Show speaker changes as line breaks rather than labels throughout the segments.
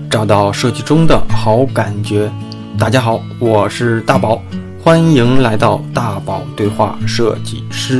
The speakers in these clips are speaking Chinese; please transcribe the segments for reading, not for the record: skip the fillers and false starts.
找到设计中的好感觉。大家好，我是大宝，欢迎来到大宝对话设计师。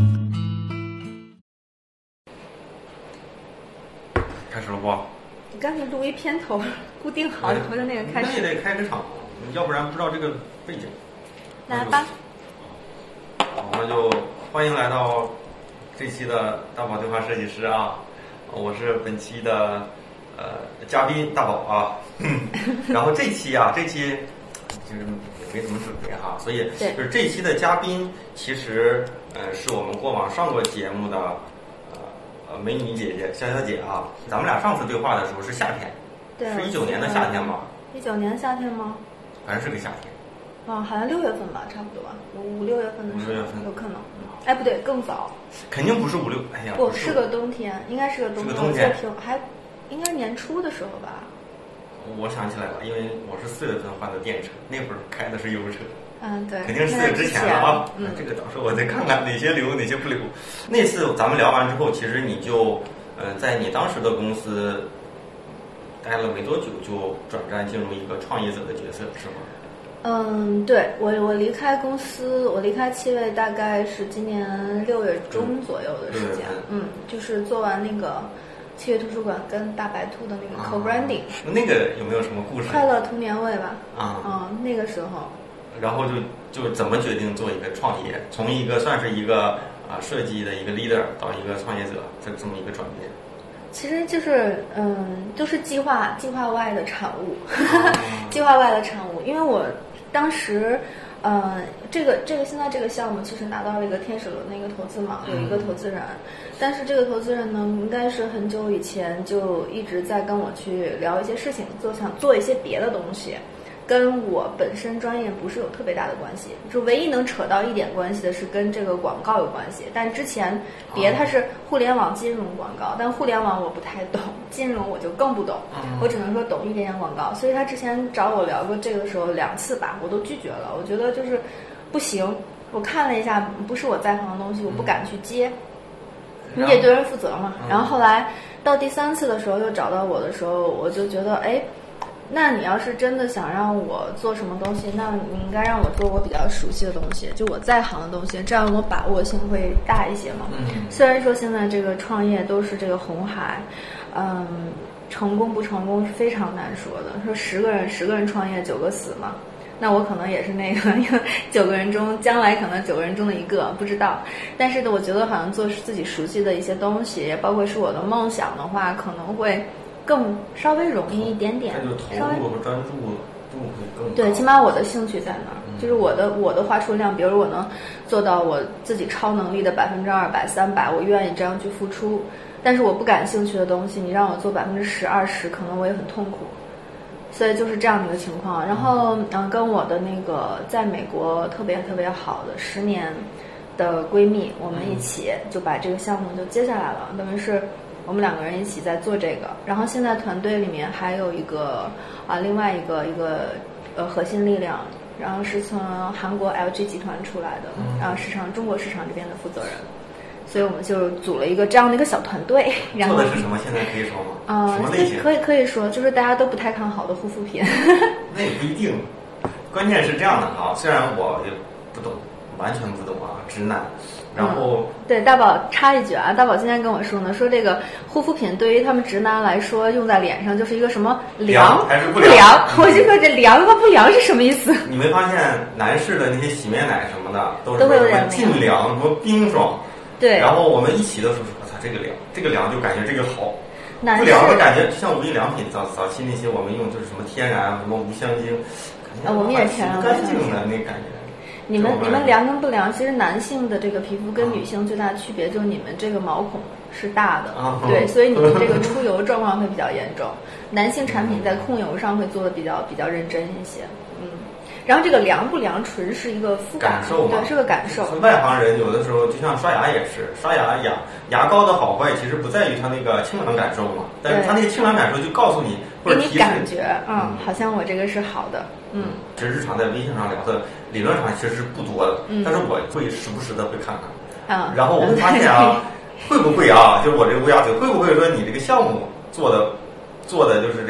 开始了不？
你刚才录一片头，固定好以后的那个开始。
那也得开个场，要不然不知道这个背景。
来吧。
好，那就欢迎来到这期的大宝对话设计师啊，我是本期的嘉宾大宝啊。然后这期就是没怎么准备哈，所以就是这期的嘉宾其实是我们过往上过节目的美女姐姐潇潇姐啊。咱们俩上次对话的时候是夏天，
对，
是19年的夏天吧
？19年夏天吗？
反正是个夏天。
好像6月份吧，差不多吧，5、6月份的时候，有可能。哎，不对，更早。
肯定不是5、6，哎呀，
不是个冬天，应该是个冬天。
是个冬天，
还应该年初的时候吧。
我想起来了，因为我是4月份换的电车，那会儿开的是油车。
对，
肯定是4月之前了啊。这个到时候我再看看哪些留，哪些不留。那次咱们聊完之后，其实你就在你当时的公司待了没多久，就转战进入一个创业者的角色，是吗？
对，我离开公司，我离开七位大概是今年6月中左右的时间。就是做完那个七月图书馆跟大白兔的那个 co-branding。
那个有没有什么故事？
快乐童年味吧。那个时候。
然后就怎么决定做一个创业？从一个算是一个设计的一个 leader 到一个创业者，这么一个转变。
其实就是都是计划外的产物。计划外的产物。因为我当时这个现在这个项目其实拿到了一个天使轮的一个投资嘛，有一个投资人，但是这个投资人呢，应该是很久以前就一直在跟我去聊一些事情，想做一些别的东西，跟我本身专业不是有特别大的关系，就唯一能扯到一点关系的是跟这个广告有关系，但之前它是互联网金融广告，但互联网我不太懂，金融我就更不懂，我只能说懂一点点广告，所以他之前找我聊过这个的时候2次吧，我都拒绝了，我觉得就是不行，我看了一下不是我在行的东西，我不敢去接，你得对人负责嘛。然后后来到第3次的时候又找到我的时候，我就觉得那你要是真的想让我做什么东西，那你应该让我做我比较熟悉的东西，就我在行的东西，这样我把握性会大一些嘛。虽然说现在这个创业都是这个红海，成功不成功是非常难说的。说10个人创业9个死嘛，那我可能也是那个9个人中，将来可能9个人中的1个，不知道。但是呢，我觉得好像做自己熟悉的一些东西，包括是我的梦想的话，可能会更稍微容易一点点，
稍微投入和专注度会更高。
对，起码我的兴趣在那儿，就是我的话术量，比如我能做到我自己超能力的200%、300%，我愿意这样去付出。但是我不感兴趣的东西，你让我做10%、20%，可能我也很痛苦。所以就是这样的一个情况。然后跟我的那个在美国特别特别好的10年的闺蜜，我们一起就把这个项目就接下来了，等于是我们2个人一起在做这个。然后现在团队里面还有一个另外一个核心力量，然后是从韩国 LG 集团出来的，然后中国市场这边的负责人。所以我们就组了一个这样的一个小团队。然后
做的是什么？现在可以说吗？什么类型？
可以说，就是大家都不太看好的护肤品。
那也不一定，关键是这样的啊。虽然我也不懂，完全不懂啊，直男。然后
对大宝插一句啊，大宝今天跟我说呢，说这个护肤品对于他们直男来说，用在脸上就是一个什么
凉还是不
凉？我就说这凉和不凉是什么意思？
你没发现男士的那些洗面奶什么的都
会有点
劲凉，什么冰爽？
对。然
后我们一起的时候说，我操，这个凉就感觉这个好。不凉的感觉，像无印良品早期那些我们用就是什么天然什么无香精，
我们也天然
干净的那感觉。
你们凉跟不凉，其实男性的这个皮肤跟女性最大的区别就是你们这个毛孔是大的，对，所以你们这个出油状况会比较严重。男性产品在控油上会做的比较认真一些，然后这个凉不凉纯是一个肤
感受嘛，
对，是个感受。
外行人有的时候就像刷牙也是，刷牙膏的好坏其实不在于它那个清凉感受嘛，但是它那个清凉感受就告诉你或者
给你感觉，好像我这个是好的，
其实日常在微信上聊的理论上其实是不多的，但是我会时不时的会看看，然后我会发现会不会就是我这个乌鸦嘴会不会说你这个项目做的就是这个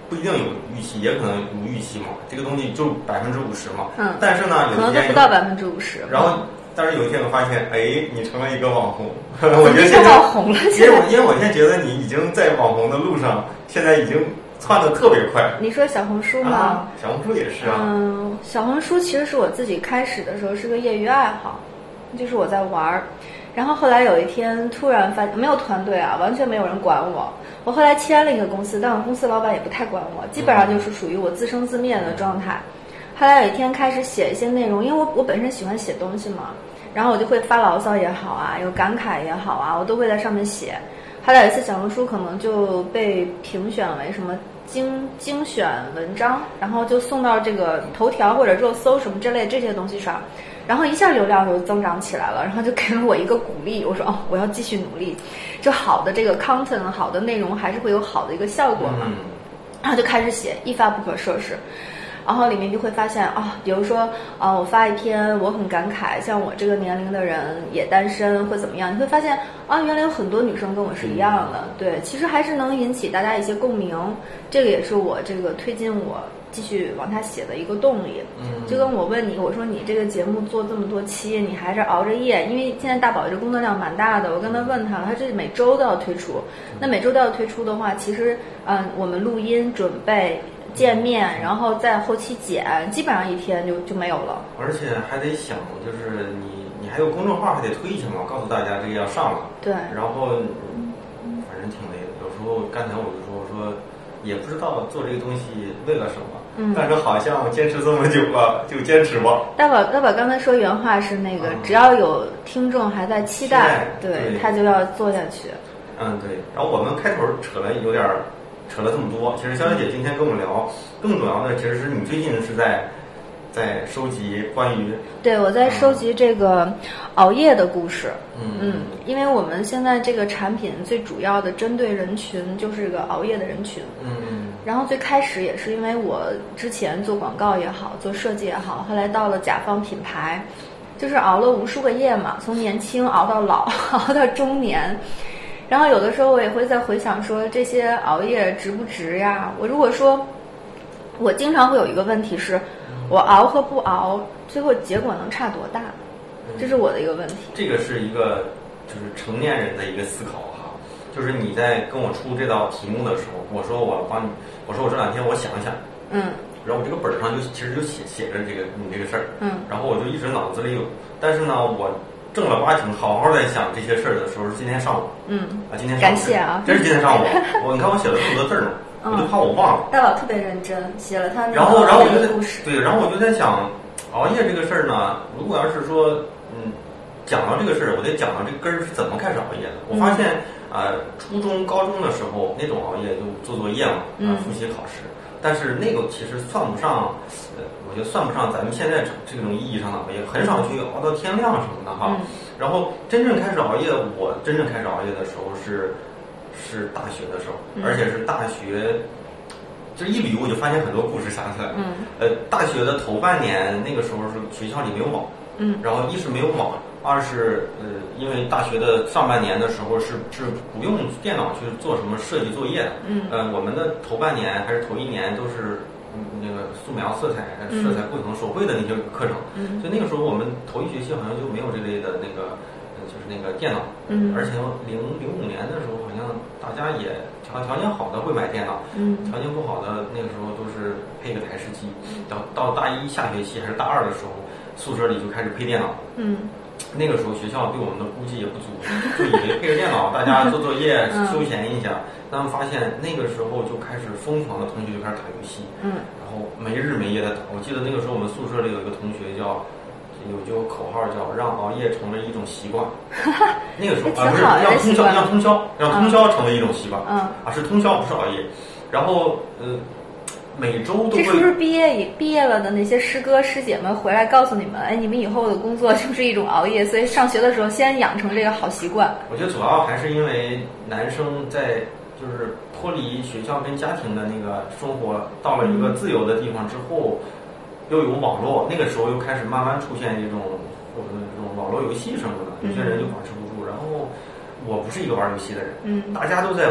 不一定有预期，也可能无预期嘛，这个东西就50%嘛。但是呢，
可能都不到50%。
然后，但是有一天我发现，哎，你成了一个网红。我觉得现在
网红了，
因为我现在觉得你已经在网红的路上，现在已经窜得特别快。
你说小红书吗？
小红书也是啊。
小红书其实是我自己开始的时候是个业余爱好，就是我在玩儿。然后后来有一天突然发现没有团队啊，完全没有人管我。我后来签了一个公司，但我公司老板也不太管我，基本上就是属于我自生自灭的状态。后来有一天开始写一些内容，因为我本身喜欢写东西嘛，然后我就会发牢骚也好啊，有感慨也好啊，我都会在上面写。后来有一次小红书可能就被评选为什么精选文章，然后就送到这个头条或者热搜什么之类这些东西上，然后一下流量就增长起来了，然后就给了我一个鼓励，我说我要继续努力，就好的这个 content 好的内容还是会有好的一个效果嘛，然后就开始写，一发不可收拾。然后里面就会发现比如说我发一篇我很感慨，像我这个年龄的人也单身会怎么样，你会发现原来有很多女生跟我是一样的，对，其实还是能引起大家一些共鸣，这个也是我这个推进我继续往下写的一个动力。就跟我问你，我说你这个节目做这么多期，你还是熬着夜，因为现在大宝这工作量蛮大的，我跟他问他这每周都要推出，那每周都要推出的话，其实我们录音准备见面，然后在后期剪，基本上一天就没有了。
而且还得想，就是你还有公众号还得推一下嘛，告诉大家这个要上了。
对。
然后反正挺累的，有时候刚才我就说也不知道做这个东西为了什么，但是好像坚持这么久了，就坚持吧。
大宝刚才说原话是那个，只要有听众还在期待，对他就要做下去。
对。然后我们开头扯了这么多，其实香香姐今天跟我们聊，更主要的其实是你最近是在收集关于
我在收集这个熬夜的故事。因为我们现在这个产品最主要的针对人群就是这个熬夜的人群。然后最开始也是因为我之前做广告也好，做设计也好，后来到了甲方品牌，就是熬了无数个夜嘛，从年轻熬到老，熬到中年。然后有的时候我也会在回想说这些熬夜值不值呀？我如果说，我经常会有一个问题是，我熬和不熬，最后结果能差多大？这是我的一个问题。这
个是一个就是成年人的一个思考哈，就是你在跟我出这道题目的时候，我说我帮你，我说我这2天我想想，然后我这个本上其实就写着你这个事儿，然后我就一直脑子里有，但是呢我正儿八经好好在想这些事儿的时候是今天上午，今天上午
感谢啊，
真是今天上午，你看我写了这么多字呢，我就怕我忘了。
大宝特别认真，写了他那个
然后我就
故事。
对，然后我就在想，熬夜这个事儿呢，如果要是说讲到这个事儿，我得讲到这个根儿是怎么开始熬夜的。我发现初中、高中的时候那种熬夜就做作业嘛，复习考试，但是那个其实算不上，我觉得算不上咱们现在这种意义上的熬夜，很少去熬到天亮什么的哈。然后真正开始熬夜，我真正开始熬夜的时候是大学的时候，而且是大学，就一捋我就发现很多故事想起来。大学的头半年那个时候是学校里没有网，然后一是没有网，二是因为大学的上半年的时候是不用电脑去做什么设计作业的。我们的头半年还是头1年都是那个素描、色彩绘腾、手绘的那些课程。所以那个时候我们头1学期好像就没有这类的那个就是那个电脑。而且05年的时候好像大家也条件好的会买电脑，条件不好的那个时候都是配个台式机。到大1下学期还是大2的时候，宿舍里就开始配电脑。那个时候学校对我们的估计也不足，就以为配着电脑大家做作业休闲一下。但发现那个时候就开始疯狂的同学就开始打游戏，然后没日没夜的打。我记得那个时候我们宿舍里有一个同学有口号叫让熬夜成为一种习惯。那个时候不是让通宵成为一种习惯，是通宵不是熬夜。然后每周都会。
这是不是毕业了的那些师哥师姐们回来告诉你们，你们以后的工作就是一种熬夜，所以上学的时候先养成这个好习惯。
我觉得主要还是因为男生在就是脱离学校跟家庭的那个生活，到了一个自由的地方之后，又有网络，那个时候又开始慢慢出现这种网络游戏什么的，有些人就把持不住。然后我不是一个玩游戏的人，大家都在玩，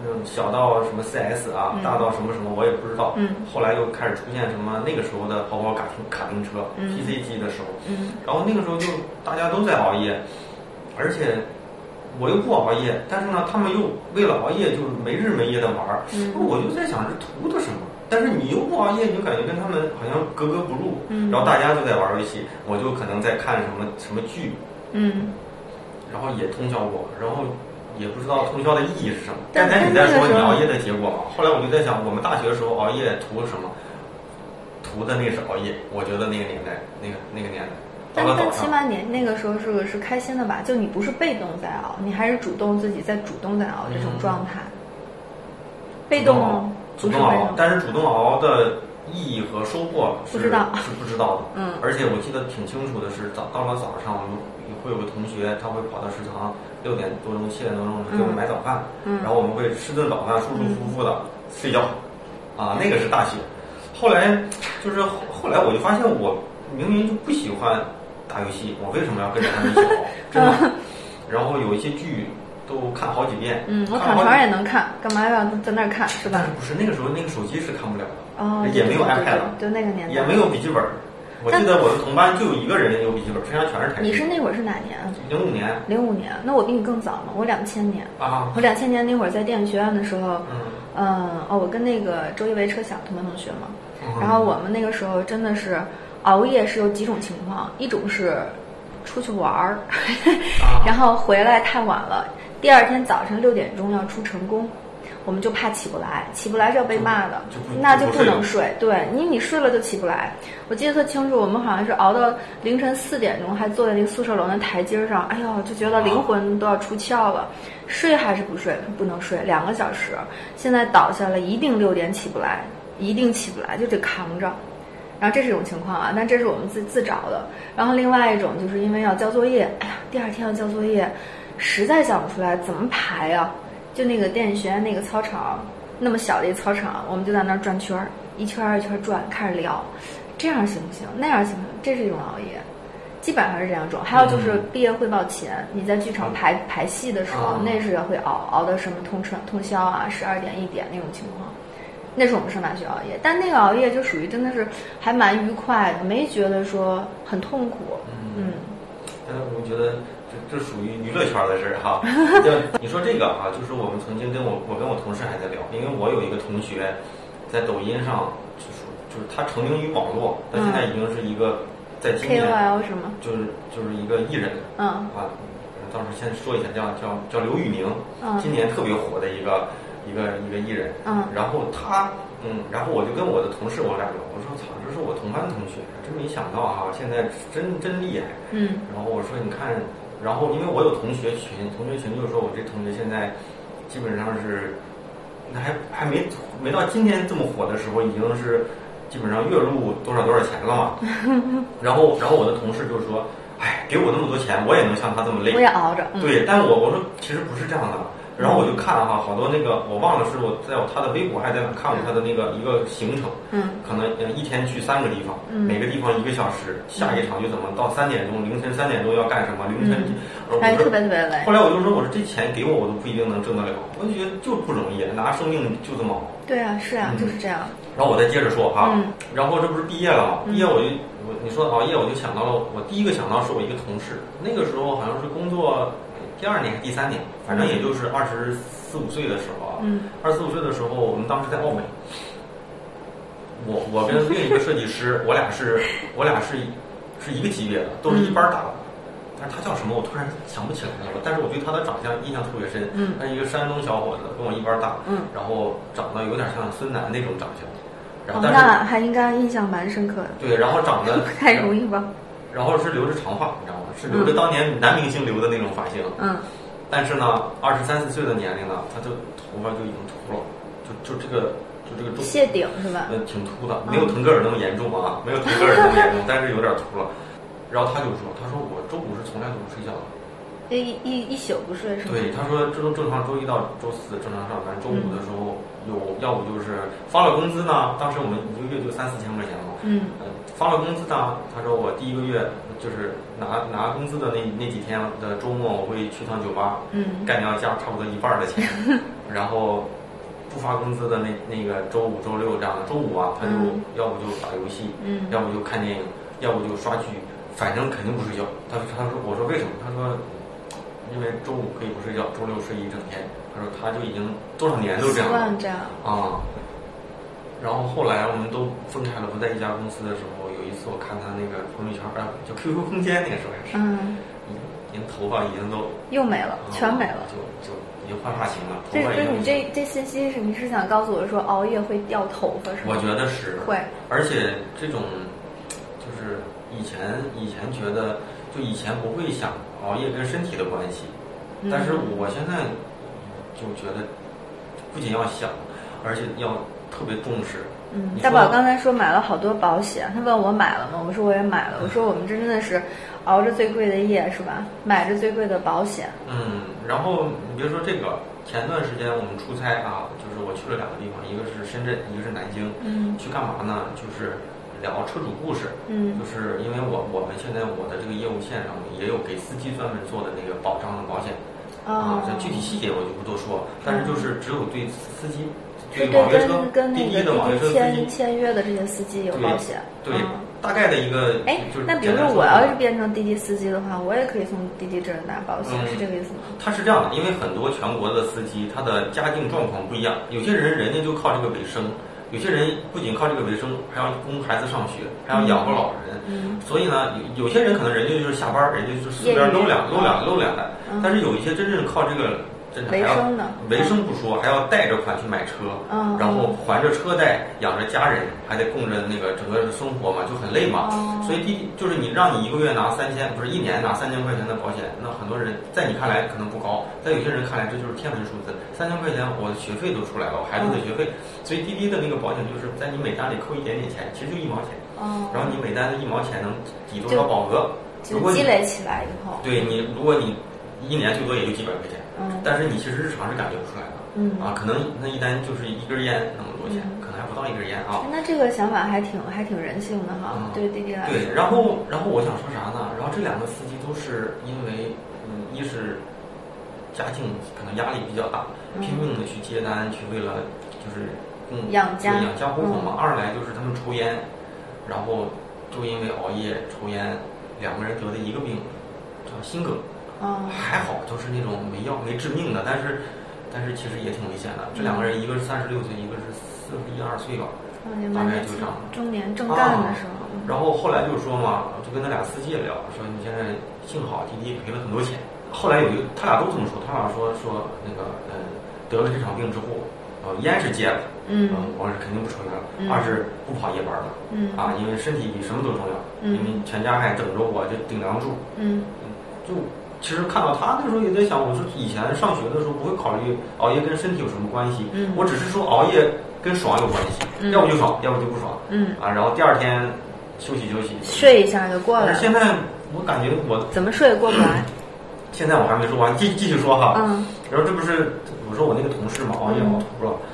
小到什么 CS 啊，大到什么什么我也不知道。后来又开始出现什么那个时候的跑卡丁车，PC 机的时候。然后那个时候就大家都在熬夜，而且我又不熬夜，但是呢，他们又为了熬夜就是没日没夜的玩儿。我就在想这图的什么？但是你又不熬夜，你就感觉跟他们好像格格不入。然后大家就在玩游戏，我就可能在看什么剧。然后也通宵过，然后也不知道通宵的意义是什么。刚才你在说你熬夜的结果嘛，后来我就在想，我们大学的时候熬夜图什么？图的那是熬夜，我觉得那个年代，那个年代。
但起码你那个时候是开心的吧？就你不是被动在熬，你还是主动自己在主动在熬这种状态。被动
主动熬，但是主动熬的意义和收获是不知道的。而且我记得挺清楚的是，到了早上，我们会有个同学，他会跑到食堂，6点多钟、7点多钟给我们买早饭，然后我们会吃顿早饭，舒舒服服的睡觉。那个是大学。后来我就发现，我明明就不喜欢打游戏，我为什么要跟着他们一起熬？真的。然后有一些剧都看好几遍。
我躺床也能看，干嘛要在那儿看是吧？
不是那个时候，那个手机是看不了的，也没有 iPad 了，
就那个年代，
也没有笔记本。我记得我的同班就有一个人有笔记本，剩下全是台式。
你是那会儿是哪年
？05年。
05年，那我比你更早嘛，我2000年。我2000年那会儿在电影学院的时候，我跟那个周一围车小同班同学嘛，然后我们那个时候真的是熬夜是有几种情况，一种是出去玩儿，然后回来太晚了，第二天早上6点钟要出成功。我们就怕起不来是要被骂的，那就不能睡。对，你睡了就起不来。我记得特清楚，我们好像是熬到凌晨4点钟，还坐在那个宿舍楼那台阶上，哎呦，就觉得灵魂都要出窍了。睡还是不睡？不能睡2个小时。现在倒下了，一定6点起不来，一定起不来，就得扛着。然后这是一种情况啊，但这是我们自找的。然后另外一种就是因为要交作业，哎呀，第二天要交作业，实在想不出来怎么排啊。就那个电影学院那个操场，那么小的一操场，我们就在那儿转圈儿，一圈一圈转，开始聊，这样行不行？那样行不行？这是一种熬夜，基本上是这两种。还有就是毕业汇报前，你在剧场排戏的时候，那是会熬的什么通宵啊，12点1点那种情况，那是我们上大学熬夜。但那个熬夜就属于真的是还蛮愉快的，没觉得说很痛苦。
但是我觉得。这属于娱乐圈的事儿哈。你说这个啊，就是我们曾经跟我跟我同事还在聊，因为我有一个同学在抖音上，就是他成名于网络，他现在已经是一个在今年
KOL 是吗？
就是一个艺人。当时先说一下，叫刘宇宁，今年特别火的一个艺人。然后然后我就跟我的同事我俩聊，我说操，这是我同班同学，真没想到哈，现在真厉害。然后我说你看。然后，因为我有同学群就是说我这同学现在基本上是，还没到今天这么火的时候，已经是基本上月入多少钱了嘛。然后我的同事就说，哎，给我那么多钱，我也能像他这么累。
我也熬着。
对，但我说其实不是这样的。然后我就看哈，好多那个我忘了是我在他的微博还在哪看过他的那个一个行程。可能一天去3个地方，每个地方1个小时，下一场就怎么到3点钟，凌晨3点钟要干什么，凌晨。
还特别累。
后来我就说，我说这钱给我都不一定能挣得了，我就觉得就不容易，拿生命就这么熬。
对啊，是啊，就是这样。
然后我再接着说哈，然后这不是毕业了吗？毕业你说熬夜，我就想到了，我第一个想到是我一个同事，那个时候好像是工作第2年、第3年，反正也就是24、25岁的时候啊。24、25岁的时候，我们当时在奥美，我跟另一个设计师，我俩是一个级别的，都是一班打的。但是他叫什么，我突然想不起来了。但是我对他的长相印象特别深。他是一个山东小伙子，跟我一班大。然后长得有点像孙楠那种长相。然后
那还应该印象蛮深刻的。
对，然后长得
不太容易吧？
然后是留着长发，你知道吗？是留着当年男明星留的那种发型。但是呢，23、24岁的年龄呢，他的头发就已经秃了，就这个
谢顶是吧？
挺秃的，没有腾格尔那么严重啊，没有腾格尔那么严重，但是有点秃了。然后他说我周5是从来都不睡觉的。
一宿不睡是吗？
对，他说这都正常，周1到周4正常上班，周5的时候要不就是发了工资呢，当时我们1个月就3、4千块钱嘛。发了工资呢，他说我第1个月就是拿工资的那几天的周末，我会去趟酒吧，干掉家差不多1半的钱。 然后不发工资的那个周五、周六这样的，周五啊，他就要不就打游戏，要不就看电影，要不就刷剧，反正肯定不睡觉。他说我说为什么？他说因为周五可以不睡觉，周六睡一整天。他说他就已经多少年都这样了啊。然后后来我们都分开了，不在一家公司的时候，有一次我看他那个朋友圈就 QQ 空间那个时候还是，已经头发已经都
又没了，全没了，
就已经换发型了。
这你这信息是你是想告诉我说熬夜会掉头发是吗？
我觉得是
会，
而且这种就是以前觉得就以前不会想熬夜跟身体的关系，但是我现在就觉得不仅要想，而且要特别重视。
大宝刚才说买了好多保险，他问我买了吗？我说我也买了。我说我们这真的是熬着最贵的夜是吧？买着最贵的保险。
然后你别说这个，前段时间我们出差啊，就是我去了2个地方，一个是深圳，一个是南京。去干嘛呢？就是聊车主故事。就是因为我们现在我的这个业务线上也有给司机专门做的那个保障的保险。这具体细节我就不多说，但是就是只有对司机。对网约车
跟那个
滴滴
签约的这些司机有保险。
对，大概的一个。就是
那比如说我要是变成滴滴司机的话，我也可以从滴滴这儿拿保险，是这个意思吗？
他是这样的，因为很多全国的司机他的家境状况不一样，有些人家就靠这个为生，有些人不仅靠这个为生，还要供孩子上学，还要养活老人。所以呢，有些人可能人家就是下班，人家就四边搂两来，但是有一些真正靠这个。
维生的，
维生不说，还要贷着款去买车，然后还着车贷，养着家人，还得供着那个整个的生活嘛，就很累嘛。所以就是让你一个月拿3000，不是一年拿3000块钱的保险，那很多人在你看来可能不高，在有些人看来这就是天文数字。3000块钱，我的学费都出来了，我孩子的学费，所以滴滴的那个保险就是在你每单里扣一点点钱，其实就1毛钱，然后你每单的1毛钱能抵多少保额？
就积累起来以后，
对你，如果你一年最多也就几百块钱。但是你其实日常是感觉不出来的。可能那一单就是一根烟那么多钱，可能还不到一根烟啊。
那这个想法还挺人性的哈，对滴滴来说。
对，然后我想说啥呢？然后这2个司机都是因为一是家境可能压力比较大，拼命的去接单，去为了就是
养家
糊口嘛。二来就是他们抽烟，然后就因为熬夜抽烟，2个人得的一个病叫心梗。还好，就是那种没致命的，但是其实也挺危险的。这2个人，一个是36岁，一个是41、2岁吧，大概就这样。
中年正干的时候。
然后后来就说嘛，就跟那俩司机也聊，说你现在幸好滴滴赔了很多钱。后来他俩都这么说，他俩说那个得了这场病之后，烟是戒了，我是肯定不抽烟了，二是不跑夜班了，因为身体比什么都重要，因为全家还等着我，就顶梁柱，就。其实看到他那时候也在想，我说以前上学的时候不会考虑熬夜跟身体有什么关系，我只是说熬夜跟爽有关系，要不就爽，要不就不爽，然后第2天休息，
睡一下就过来了。
现在我感觉我
怎么睡也过不来。
现在我还没说完，继续说哈，然后这不是我说我那个同事嘛，熬夜熬秃了，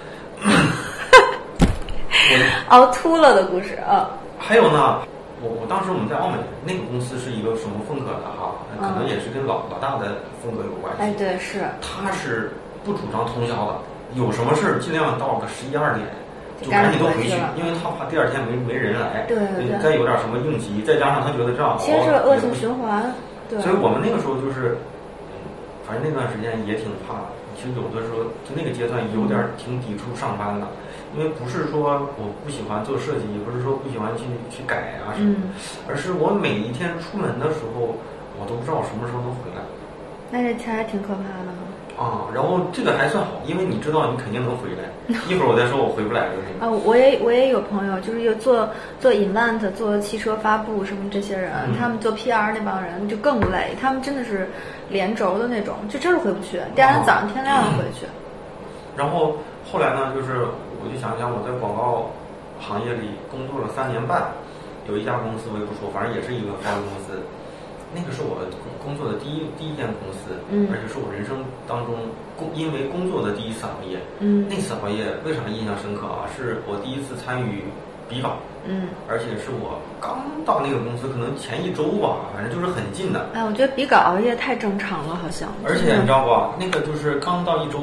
熬秃了的故事啊。
还有呢。我当时我们在澳门那个公司是一个什么风格的哈，可能也是跟老大的风格有关系。
对，是。
他是不主张通宵的，有什么事儿尽量到个11、12点就赶紧都回去，因为他怕第2天没人来。
对。
再有点什么应急，再加上他觉得这样
其实是恶性循环。对。
所以我们那个时候就是，反正那段时间也挺怕的。其实有的时候就那个阶段有点挺抵触上班的。因为不是说我不喜欢做设计，也不是说不喜欢去改啊什么，而是我每一天出门的时候，我都不知道什么时候能回来。
那这还挺可怕的。
然后这个还算好，因为你知道你肯定能回来。一会儿我再说我回不来的事情。
我也有朋友，就是做 event、做汽车发布什么这些人，他们做 PR 那帮人就更累，他们真的是连轴的那种，就真是回不去，第2天早上天亮回去。
然后后来呢，就是我就想我在广告行业里工作了3年半，有一家公司我也不说，反正也是一个发布公司。那个是我工作的第一间公司，而且是我人生当中因为工作的第1次熬夜。那次熬夜为啥印象深刻啊？是我第1次参与比稿，而且是我刚到那个公司，可能前1周吧，反正就是很近的。
我觉得比稿熬夜太正常了，好像。
而且你知道吧，那个就是刚到1周，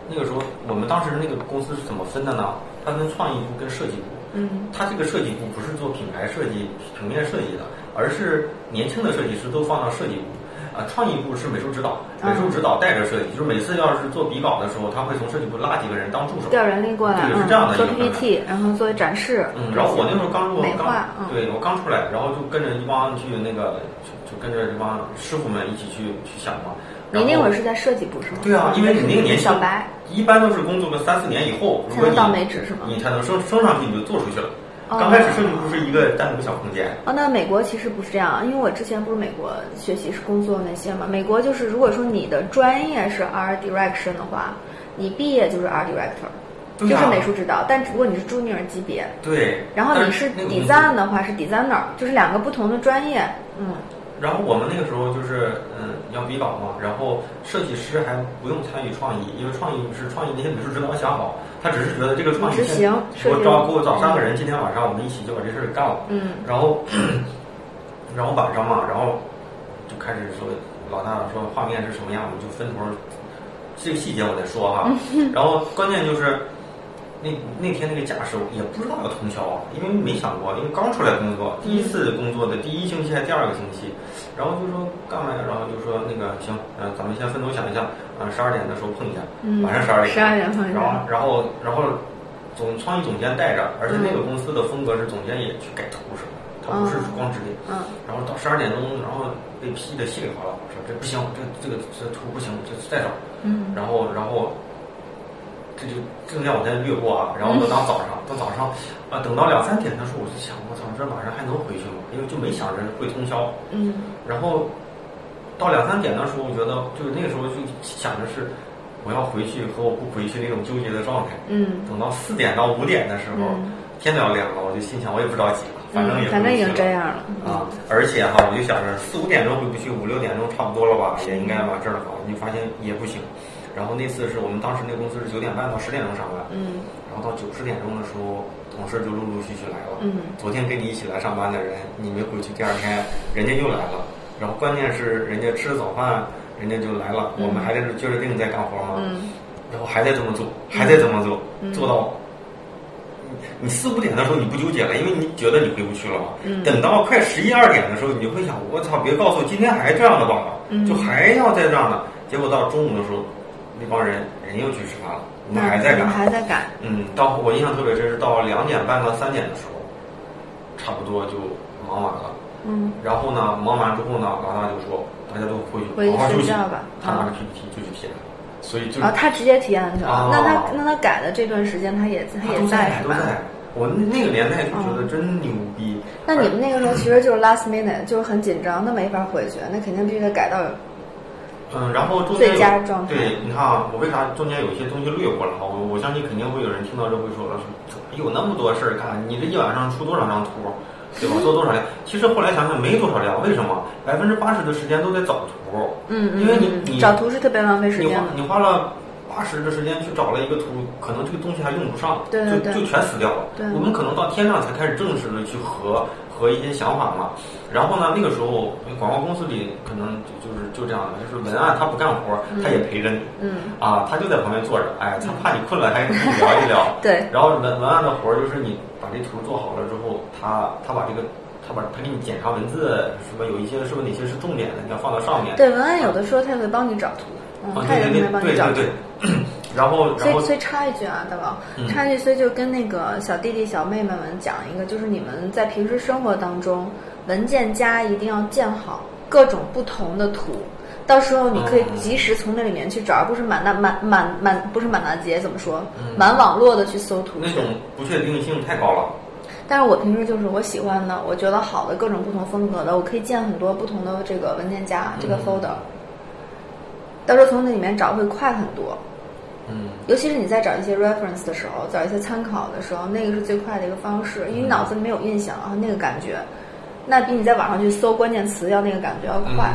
那个时候我们当时那个公司是怎么分的呢？它分创意部跟设计部。它这个设计部不是做品牌设计、平面设计的，而是年轻的设计师都放到设计部。创意部是美术指导，美术指导带着设计，就是每次要是做笔稿的时候，他会从设计部拉几个人当助手，
调人力过来，
对，是这样的一个
做 PPT，然后做展示。
然后我那时候刚入，对我刚出来，然后就跟着一帮去那个，就跟着这帮师傅们一起去想嘛。
你那会儿是在设计部是吗？
对啊，因为你那个年轻
小白，
一般都是工作了3-4年以后，如果
到美指是吗？
你才能升上去，你就做出去了。刚开始设计部是一个单独小空间。
那美国其实不是这样，因为我之前不是美国学习是工作那些嘛。美国就是如果说你的专业是 Art Direction 的话，你毕业就是 Art Director，就是美术指导，但只不过你是 Junior 级别。
对。
然后你是 Design 的话是 Designer， 就是2个不同的专业。
然后我们那个时候就是要比稿嘛，然后设计师还不用参与创意，因为创意那些美术指导想好，他只是觉得这个创意
执行，
给我找3个人，今天晚上我们一起就把这事儿干了。然后晚上嘛，然后就开始说老大说画面是什么样，我们就分头，这个细节我再说哈。然后关键就是那天那个架势也不知道要通宵，因为没想过，因为刚出来工作，第一次工作的第1星期还第2个星期，然后就说干嘛呀？然后就说那个行，咱们先分头想一下，12点的时候碰一下，晚上12点
碰一下，
然后创意总监带着，而且那个公司的风格是总监也去改图什么的，他不是光指点，然后到12点钟，然后被批的稀里哗啦，说这不行，这图不行，这再找，然后。这就中间我再略过啊，然后到早上，等到2-3点的时候，我就想，我操，这晚上还能回去吗？因为就没想着会通宵。然后到2-3点的时候，我觉得就是那个时候就想着是我要回去和我不回去那种纠结的状态。等到4点到5点的时候，天都要亮了，我就心想我也不着急了，反正
已经这样了
啊。而且哈，我就想着4-5点钟回不去，5-6点钟差不多了吧，也应该把这儿搞。你发现也不行。然后那次是我们当时那个公司是9点半到10点钟上班，然后到9-10点钟的时候，同事就陆陆续续来了。昨天跟你一起来上班的人，你没回去，第2天人家又来了。然后关键是人家吃了早饭，人家就来了，我们还在这撅着腚在干活嘛，然后还在这么做，做到你4-5点的时候你不纠结了，因为你觉得你回不去了嘛。等到快11-12点的时候，你就会想，我操，别告诉我今天还这样的吧，就还要再这样的。结果到中午的时候，那帮人又去吃饭了，我们还在赶。到我印象特别深是到2点半到3点的时候，差不多就忙完了。然后呢，忙完之后呢，老大就说大家都回去好好休息吧。他拿着 PPT 就去提案，所以就
他直接提案去了。那他改的这段时间他也在是吧？
我那个年代就觉得真牛逼。
那你们那个时候其实就是 last minute， 就是很紧张，那没法回去，那肯定必须得改到。
然后中间
最佳状态。
对，你看啊，我为啥中间有一些东西略过了哈？我相信肯定会有人听到这会说了，有那么多事儿干，你这一晚上出多少张图，对吧？做多少量？其实后来想想没多少量，为什么？80%的时间都在找图。因为你
找图是特别浪费时间的。
你花了80%的时间去找了一个图，可能这个东西还用不上，就全死掉了。我们可能到天上才开始正式的去和一些想法嘛。然后呢，那个时候广告公司里可能就这样的，就是文案他不干活，他也陪着你，他就在旁边坐着，他怕你困了还跟你聊一聊。
对。
然后文案的活就是你把这图做好了之后，他给你检查文字，什么有一些是不是哪些是重点的，你要放到上面。
对，文案有的时候他会帮你找图，他也会帮你找图。
对。然后
所以插一句啊，大宝，插一句，所以就跟那个小弟弟小妹妹们讲一个，就是你们在平时生活当中，文件夹一定要建好各种不同的图，到时候你可以及时从那里面去找，而不是不是满大街怎么说，满网络的去搜图。
那种不确定性太高了。
但是我平时就是我喜欢的，我觉得好的各种不同风格的，我可以建很多不同的这个文件夹，这个 folder，到时候从那里面找会快很多。尤其是你在找一些 reference 的时候，找一些参考的时候，那个是最快的一个方式，因为你脑子里没有印象那个感觉，那比你在网上去搜关键词要那个感觉要快。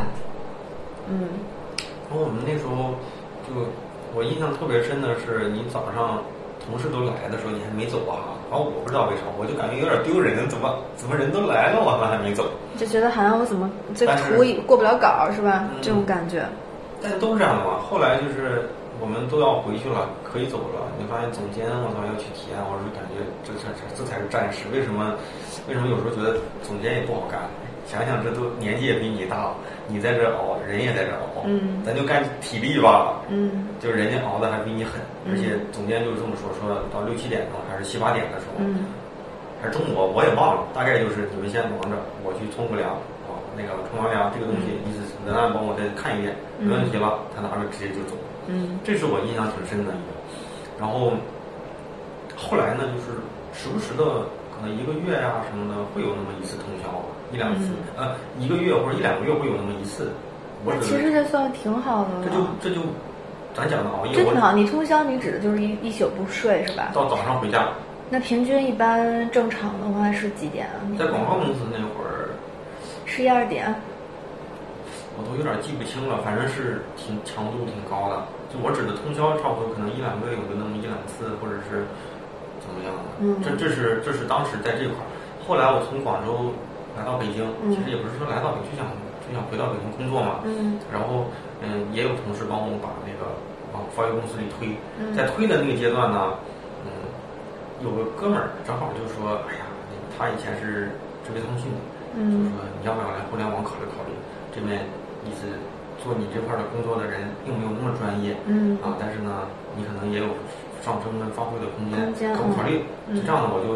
然后我们那时候我印象特别深的是，你早上同事都来的时候，你还没走啊。然后我不知道为啥，我就感觉有点丢人，怎么人都来了，我们还没走，
就觉得好像我怎么这个图过不了稿是吧？这种感觉。
但都是这样的嘛。后来就是我们都要回去了， 可以走了，你发现总监我操要去体验，我是感觉这才是战士。为什么有时候觉得总监也不好干？想想这都年纪也比你大，你在这熬，人也在这熬，咱就干体力吧，就人家熬的还比你狠，而且总监就是这么说到6、7点钟还是7、8点的时候，还是中午我也忘了，大概就是你们先忙着，我去冲个凉啊，那个冲完凉这个东西你只文案帮我再看一遍，没问题了，他拿着直接就走，这是我印象挺深的一个。然后后来呢，就是时不时的可能1个月呀什么的会有那么1次通宵，1、2次，1个月或者1、2个月会有那么1次。
其实这算挺好的了。
这就咱讲的熬夜，
这挺好。你通宵，你指的就是一宿不睡是吧？
到早上回家。
那平均一般正常的话是几点啊？
在广告公司那会儿
，11、12点。
我都有点记不清了，反正是强度挺高的。就我指的通宵，差不多可能1、2个月有个那么1、2次，或者是怎么样的。这是当时在这块儿。后来我从广州来到北京，其实也不是说来到北京就想回到北京工作嘛。然后也有同事帮我把那个往发约公司里推。在推的那个阶段呢，有个哥们儿正好就说，哎呀，他以前是智慧通讯的，就说你要不要来互联网考虑考虑？这边意思做你这块的工作的人并没有那么专业，但是呢，你可能也有上升跟发挥的空间，可不考虑？这样呢，我就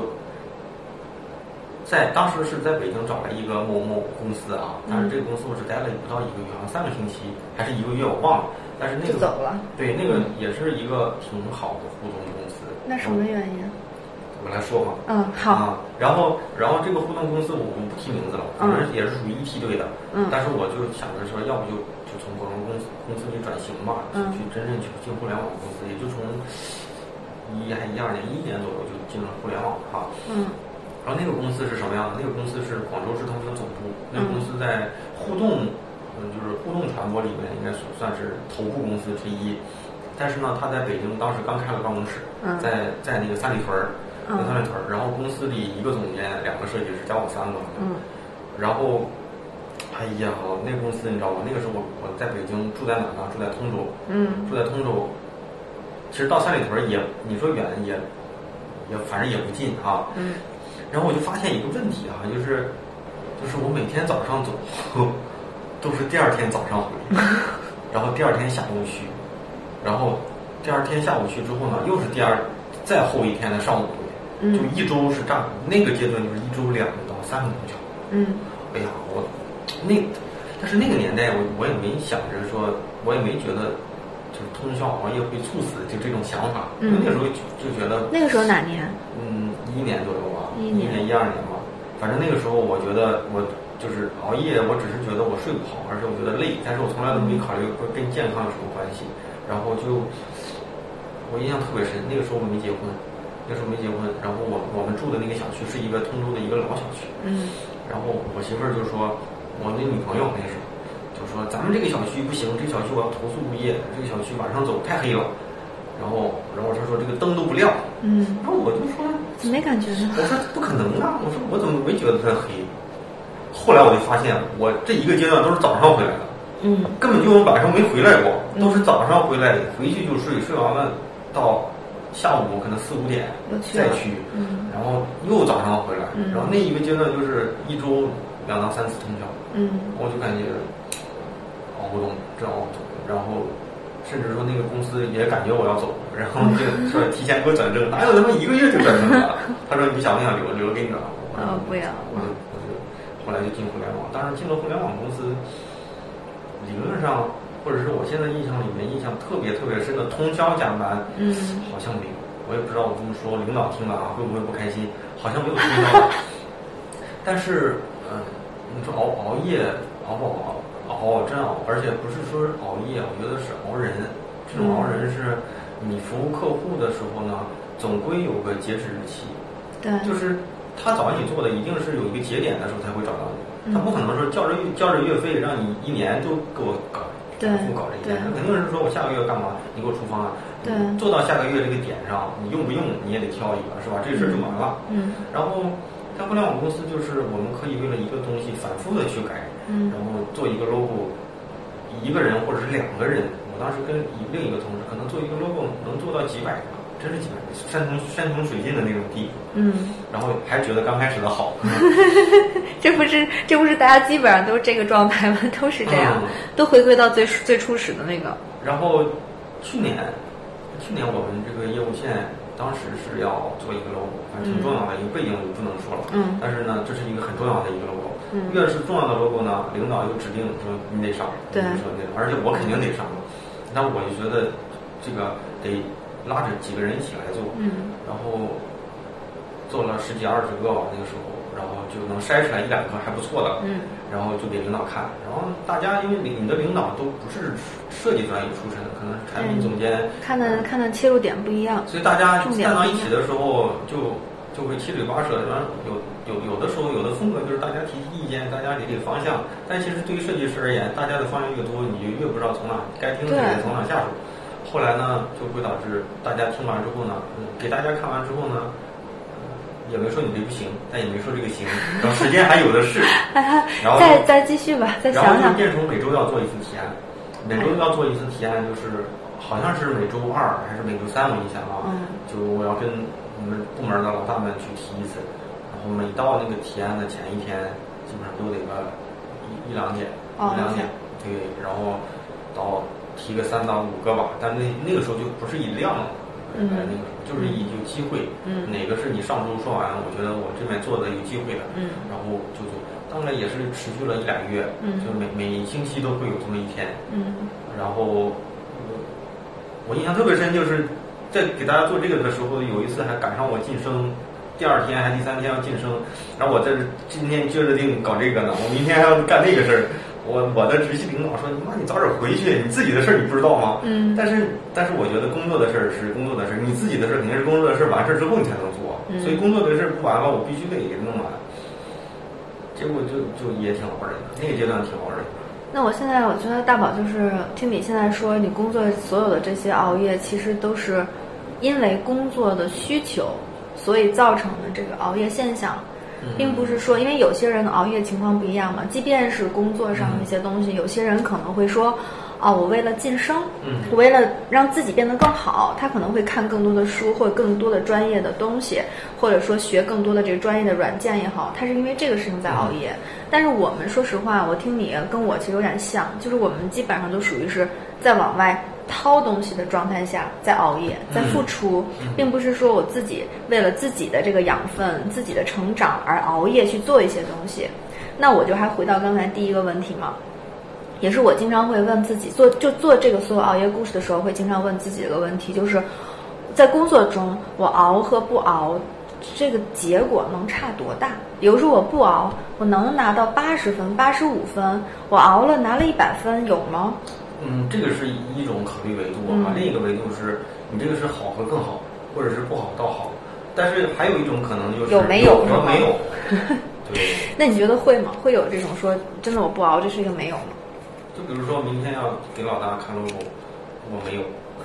当时是在北京找了一个某公司啊，但是这个公司我只待了不到1个月，好像3个星期还是1个月，我忘了。但是那个
就走了。
对，那个也是一个挺好的互动公司。
那什么原因？
我来说嘛。
好。
然后这个互动公司我不提名字了，反正也是属于一梯队的。但是我就想着说，要不就从广告公司里转型吧，去真正去进互联网公司，也就从12年1年左右就进了互联网哈。然后那个公司是什么样的？那个公司是广州市他们的总部，那个公司在互动，就是互动传播里面应该算是头部公司之一。但是呢，他在北京当时刚开了办公室，在那个三里屯儿。然后公司里1个总监，2个设计师，加我3个。然后，哎呀，那个公司你知道吗？那个时候我在北京住在哪呢？住在通州。住在通州，其实到三里屯也，你说远也反正也不近啊。然后我就发现一个问题啊，就是我每天早上走，都是第2天早上回，然后第2天下午去，然后第2天下午去之后呢，又是再后1天的上午回。就1周是这样，那个阶段就是1周2到3个通宵。哎呀，但是那个年代我也没想着说，我也没觉得就是通宵熬夜会猝死，就这种想法。因为那时候就觉得
那个时候哪年
？11年左右吧，11年12年吧。反正那个时候我觉得我就是熬夜，我只是觉得我睡不好，而且我觉得累，但是我从来都没考虑过跟健康有什么关系。然后我印象特别深，那个时候我没结婚。然后我们住的那个小区是一个通州的一个老小区。然后我媳妇儿就说，我那女朋友那时候就说，咱们这个小区不行，这个小区我要投诉物业，这个小区晚上走太黑了。然后他说这个灯都不亮。然后我就说
没感觉呢。
我说不可能啊，我说我怎么没觉得它黑？后来我就发现，我这一个阶段都是早上回来的。根本就晚上没回来过，都是早上回来，回去就睡，睡完了到下午可能4、5点再去，然后又早上回来，然后那一个阶段就是1周2到3次通宵。我就感觉熬不动，真熬不动。然后甚至说那个公司也感觉我要走，然后就说提前给我转正，哪有他妈1个月就转正了？他说你想不想留给你了？
不要。
我就后来就进互联网，当然进了互联网公司，理论上。或者是我现在印象里面印象特别特别深的通宵加班，好像没有。我也不知道我这么说领导听了会不会不开心，好像没有通宵。但是你说熬夜熬不熬？真熬，而且不是说熬夜，我觉得是熬人。这种熬人是你服务客户的时候呢，总归有个截止日期。
对，
就是他找你做的一定是有一个节点的时候才会找到你，他不可能说交着月费让你1年就给我搞。不搞这一天，那肯定是说我下个月干嘛？你给我出方案，做到下个月这个点上，你用不用你也得挑一个，是吧？这个事儿就完了。然后在互联网公司，就是我们可以为了一个东西反复的去改，然后做一个 logo，1个人或者是2个人， 我当时跟另一个同事可能做一个 logo 能做到几百个，真是几百个，山穷水尽的那种地步。然后还觉得刚开始的好。
这不是大家基本上都是这个状态吗？都是这样，都回归到最初始的那个。
然后去年我们这个业务线当时是要做一个 logo， 反正挺重要的，一个背景我就不能说了。但是呢，这是一个很重要的一个 logo。越是重要的 logo 呢，领导又指定说你得上，
对，
说那个，而且我肯定得上。那我就觉得这个得拉着几个人一起来做。然后做了10几20个吧，那个时候，然后就能筛出来1、2个还不错的。然后就给领导看，然后大家因为你的领导都不是设计专业出身的，可能是产品总监，
看的切入点不一样，
所以大家站到一起的时候就会七嘴八舌，然后有的时候有的风格就是大家提意见，大家给方向，但其实对于设计师而言，大家的方向越多，你就越不知道从哪该听谁的从哪下手。后来呢，就会导致大家听完之后呢，给大家看完之后呢，也没说你这不行，但也没说这个行，然后时间还有的是，然后
再继续吧，再想想。
然后就变成每周要做一次提案，每周要做一次提案，就是好像是每周2还是每周3，我印象啊，就我要跟我们部门的老大们去提一次，然后每到那个提案的前一天，基本上都得个1、2点，对，然后到提个3到5个吧，但那个时候就不是以量。那个就是以有机会，哪个是你上周说完，我觉得我这边做的有机会的，然后就做，当然也是持续了1、2个月，就每星期都会有这么一天，然后我印象特别深，就是在给大家做这个的时候，有一次还赶上我晋升，第2天还第3天要晋升，然后我今天撅着腚搞这个呢，我明天还要干那个事儿。我的直系领导说：“你早点回去，你自己的事儿你不知道吗？”但是我觉得工作的事儿是工作的事儿，你自己的事儿肯定是工作的事儿，完事儿之后你才能做。所以工作的事儿不完了，我必须得给弄完。结果就也挺熬人的，那个阶段挺熬人的。
那我觉得大宝就是听你现在说，你工作所有的这些熬夜，其实都是因为工作的需求，所以造成的这个熬夜现象。并不是说，因为有些人的熬夜情况不一样嘛，即便是工作上的一些东西，有些人可能会说，我为了晋升，我为了让自己变得更好，他可能会看更多的书或者更多的专业的东西，或者说学更多的这个专业的软件也好，他是因为这个事情在熬夜。但是我们说实话，我听你跟我其实有点像，就是我们基本上都属于是在往外掏东西的状态下在熬夜，在付出，并不是说我自己为了自己的这个养分、自己的成长而熬夜去做一些东西。那我就还回到刚才第一个问题嘛，也是我经常会问自己，做这个所有熬夜故事的时候，会经常问自己的一个问题，就是在工作中我熬和不熬，这个结果能差多大？比如说我不熬，我能拿到80分、85分，我熬了拿了100分，有吗？
这个是一种考虑维度啊，另一个维度是你这个是好和更好，或者是不好到好，但是还有一种可能就是
有没有？
对。
那你觉得会吗？会有这种说真的我不熬，这是一个没有吗？
就比如说明天要给老大看 logo， 我没有。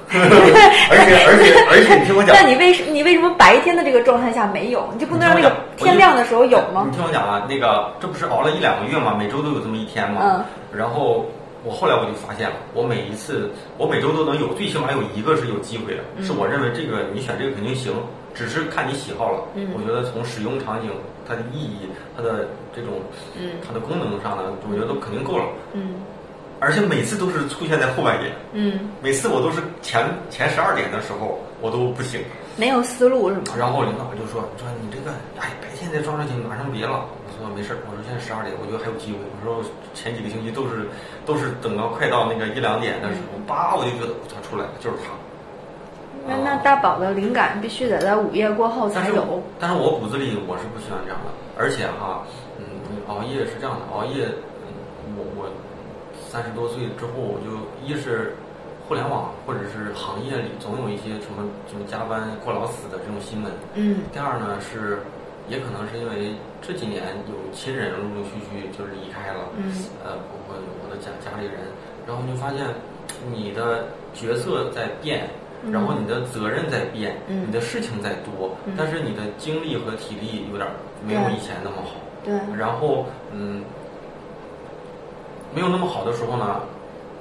而且你听我讲，
那你为什么白天的这个状态下没有？你就不能让那个天亮的时候有吗？
你听我讲啊，那个这不是熬了1、2个月吗？每周都有这么一天吗？然后后来我就发现了，我每周都能有，最起码有一个是有机会的，是我认为这个你选这个肯定行，只是看你喜好了。我觉得从使用场景、它的意义、它的这种它的功能上呢，我觉得都肯定够了。而且每次都是出现在后半夜。每次我都是前12点的时候我都不行，
没有思路是吗？
然后领导就说你这个白天再装上去，马上别了。我说没事，我说现在12点，我觉得还有机会。我说前几个星期都是等到快到那个1、2点的时候，我就觉得他出来了，就是他。
那大宝的灵感必须得在午夜过后才有。
但是我骨子里我是不喜欢这样的，而且熬夜是这样的，熬夜，我30多岁之后，我就一是互联网或者是行业里总有一些什么加班过劳死的这种新闻。第二呢是，也可能是因为这几年有亲人陆陆续续就离开了，包括我的家里人，然后就发现你的角色在变，然后你的责任在变，你的事情在多，但是你的精力和体力有点没有以前那么好。
对。
然后没有那么好的时候呢，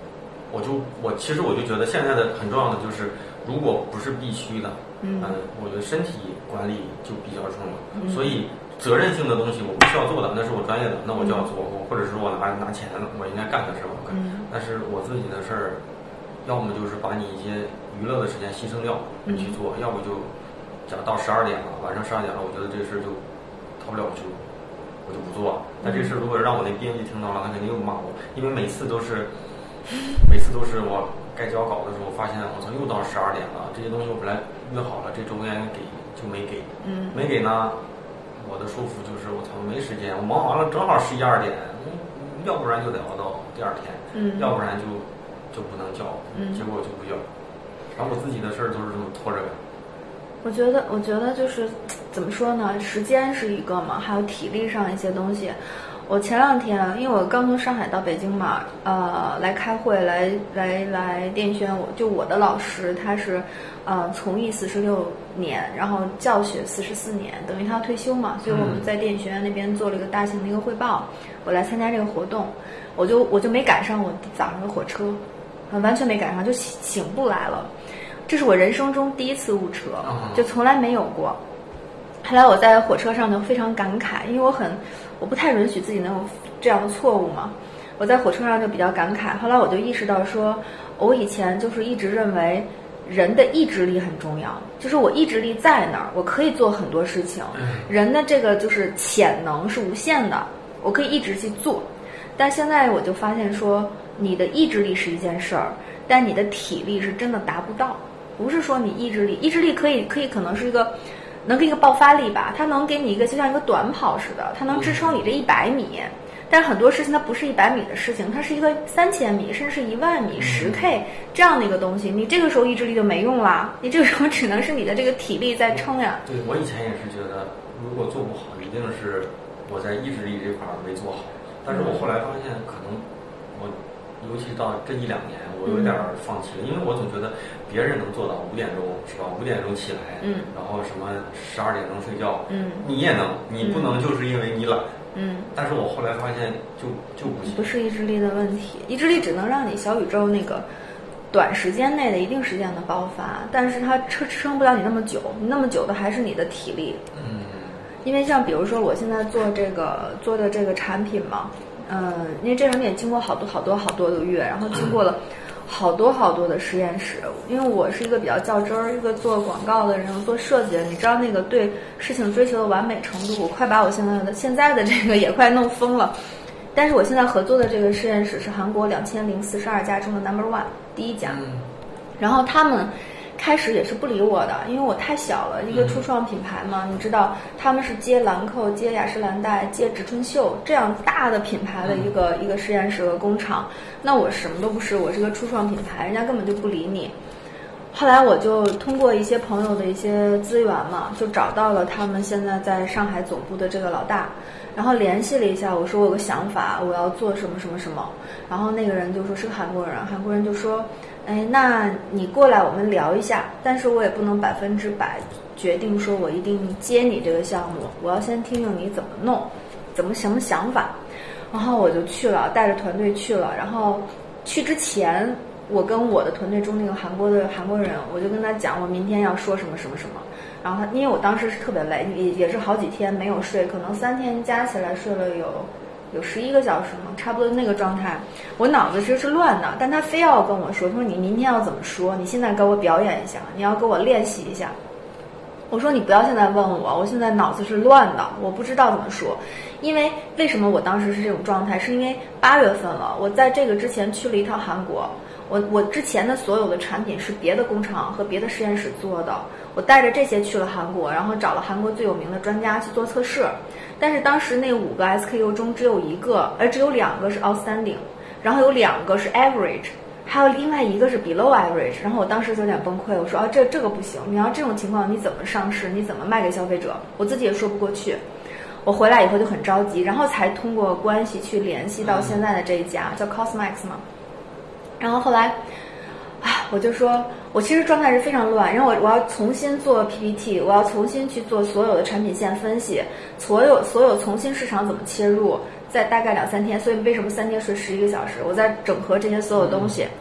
其实我就觉得现在的很重要的就是，如果不是必须的，我觉得身体管理就比较重要。所以责任性的东西我不需要做的，那是我专业的，那我就要做，或者是我拿钱，我应该干的事我干。但是我自己的事儿，要么就是把你一些娱乐的时间牺牲掉，你去做，要不就假如到12点了，晚上12点了，我觉得这个事儿就逃不了，我就不做。但这事如果让我那编辑听到了，他肯定又骂我，因为每次都是我该交稿的时候，发现我操又到12点了，这些东西我本来约好了这周应该给就没给，没给呢，我的说服就是我操没时间，我忙完了正好11、12点，要不然就得熬到第二天，要不然就不能交，结果我就不交，然后我自己的事儿都是这么拖着干。
我觉得就是怎么说呢，时间是一个嘛，还有体力上一些东西。我前2天，因为我刚从上海到北京嘛，来开会，来电宣，我的老师他是，从艺46年，然后教学44年，等于他退休嘛，所以我们在电影学院那边做了一个大型的一个汇报，我来参加这个活动，我就没赶上我早上的火车，完全没赶上，就醒不来了。这是我人生中第一次误车，就从来没有过。后来我在火车上就非常感慨，因为我不太允许自己能有这样的错误嘛。我在火车上就比较感慨。后来我就意识到说，我以前就是一直认为人的意志力很重要，就是我意志力在那儿，我可以做很多事情。人的这个就是潜能是无限的，我可以一直去做。但现在我就发现说，你的意志力是一件事儿，但你的体力是真的达不到。不是说你意志力可以可能是一个能给一个爆发力吧，它能给你一个就像一个短跑似的，它能支撑你这100米。但是很多事情它不是100米的事情，它是一个3000米甚至是10000米10K 这样的一个东西，你这个时候意志力就没用啦，你这个时候只能是你的这个体力在撑呀。
对，我以前也是觉得如果做不好一定是我在意志力这块没做好，但是我后来发现可能我尤其到这1-2年我有点放弃了，因为我总觉得别人能做到5点钟是吧，5点钟起来，然后什么12点钟睡觉，你也能，你不能就是因为你懒，但是我后来发现就不行，
不是意志力的问题，意志力只能让你小宇宙那个短时间内的一定时间的爆发，但是它支撑不了你那么久，你那么久的还是你的体力，因为像比如说我现在做的这个产品嘛，因为这产品也经过好多个月，然后经过了好多的实验室，因为我是一个比较较真儿，一个做广告的人，做设计的，你知道那个对事情追求的完美程度，我快把我现在的这个也快弄疯了。但是我现在合作的这个实验室是韩国2042家中的 No.1 第一家，然后他们开始也是不理我的，因为我太小了，一个初创品牌嘛，你知道他们是接兰蔻、接雅诗兰黛、接植村秀这样大的品牌的一个实验室和工厂，那我什么都不是，我是个初创品牌，人家根本就不理你。后来我就通过一些朋友的一些资源嘛，就找到了他们现在在上海总部的这个老大，然后联系了一下，我说我有个想法，我要做什么什么什么，然后那个人就说是个韩国人就说，那你过来我们聊一下，但是我也不能100%决定说我一定接你这个项目，我要先听听你怎么弄，什么想法。然后我就去了，带着团队去了，然后去之前我跟我的团队中那个韩国人，我就跟他讲我明天要说什么什么什么，然后因为我当时是特别累，也是好几天没有睡，可能3天加起来睡了有11个小时嘛，差不多那个状态，我脑子其实是乱的，但他非要跟我说，他说你明天要怎么说，你现在给我表演一下，你要给我练习一下。我说你不要现在问我现在脑子是乱的，我不知道怎么说。因为为什么我当时是这种状态，是因为8月份了，我在这个之前去了一趟韩国，我之前的所有的产品是别的工厂和别的实验室做的，我带着这些去了韩国，然后找了韩国最有名的专家去做测试，但是当时那5个 SKU 中只有2个是 outstanding， 然后有2个是 average， 还有另外1个是 below average， 然后我当时就有点崩溃，我说这个不行，你要这种情况你怎么上市，你怎么卖给消费者，我自己也说不过去。我回来以后就很着急，然后才通过关系去联系到现在的这一家叫 Cosmax 嘛。然后后来我就说我其实状态是非常乱，然后我要重新做 PPT， 我要重新去做所有的产品线分析，所有重新市场怎么切入，在大概2-3天，所以为什么3天睡11个小时，我在整合这些所有东西。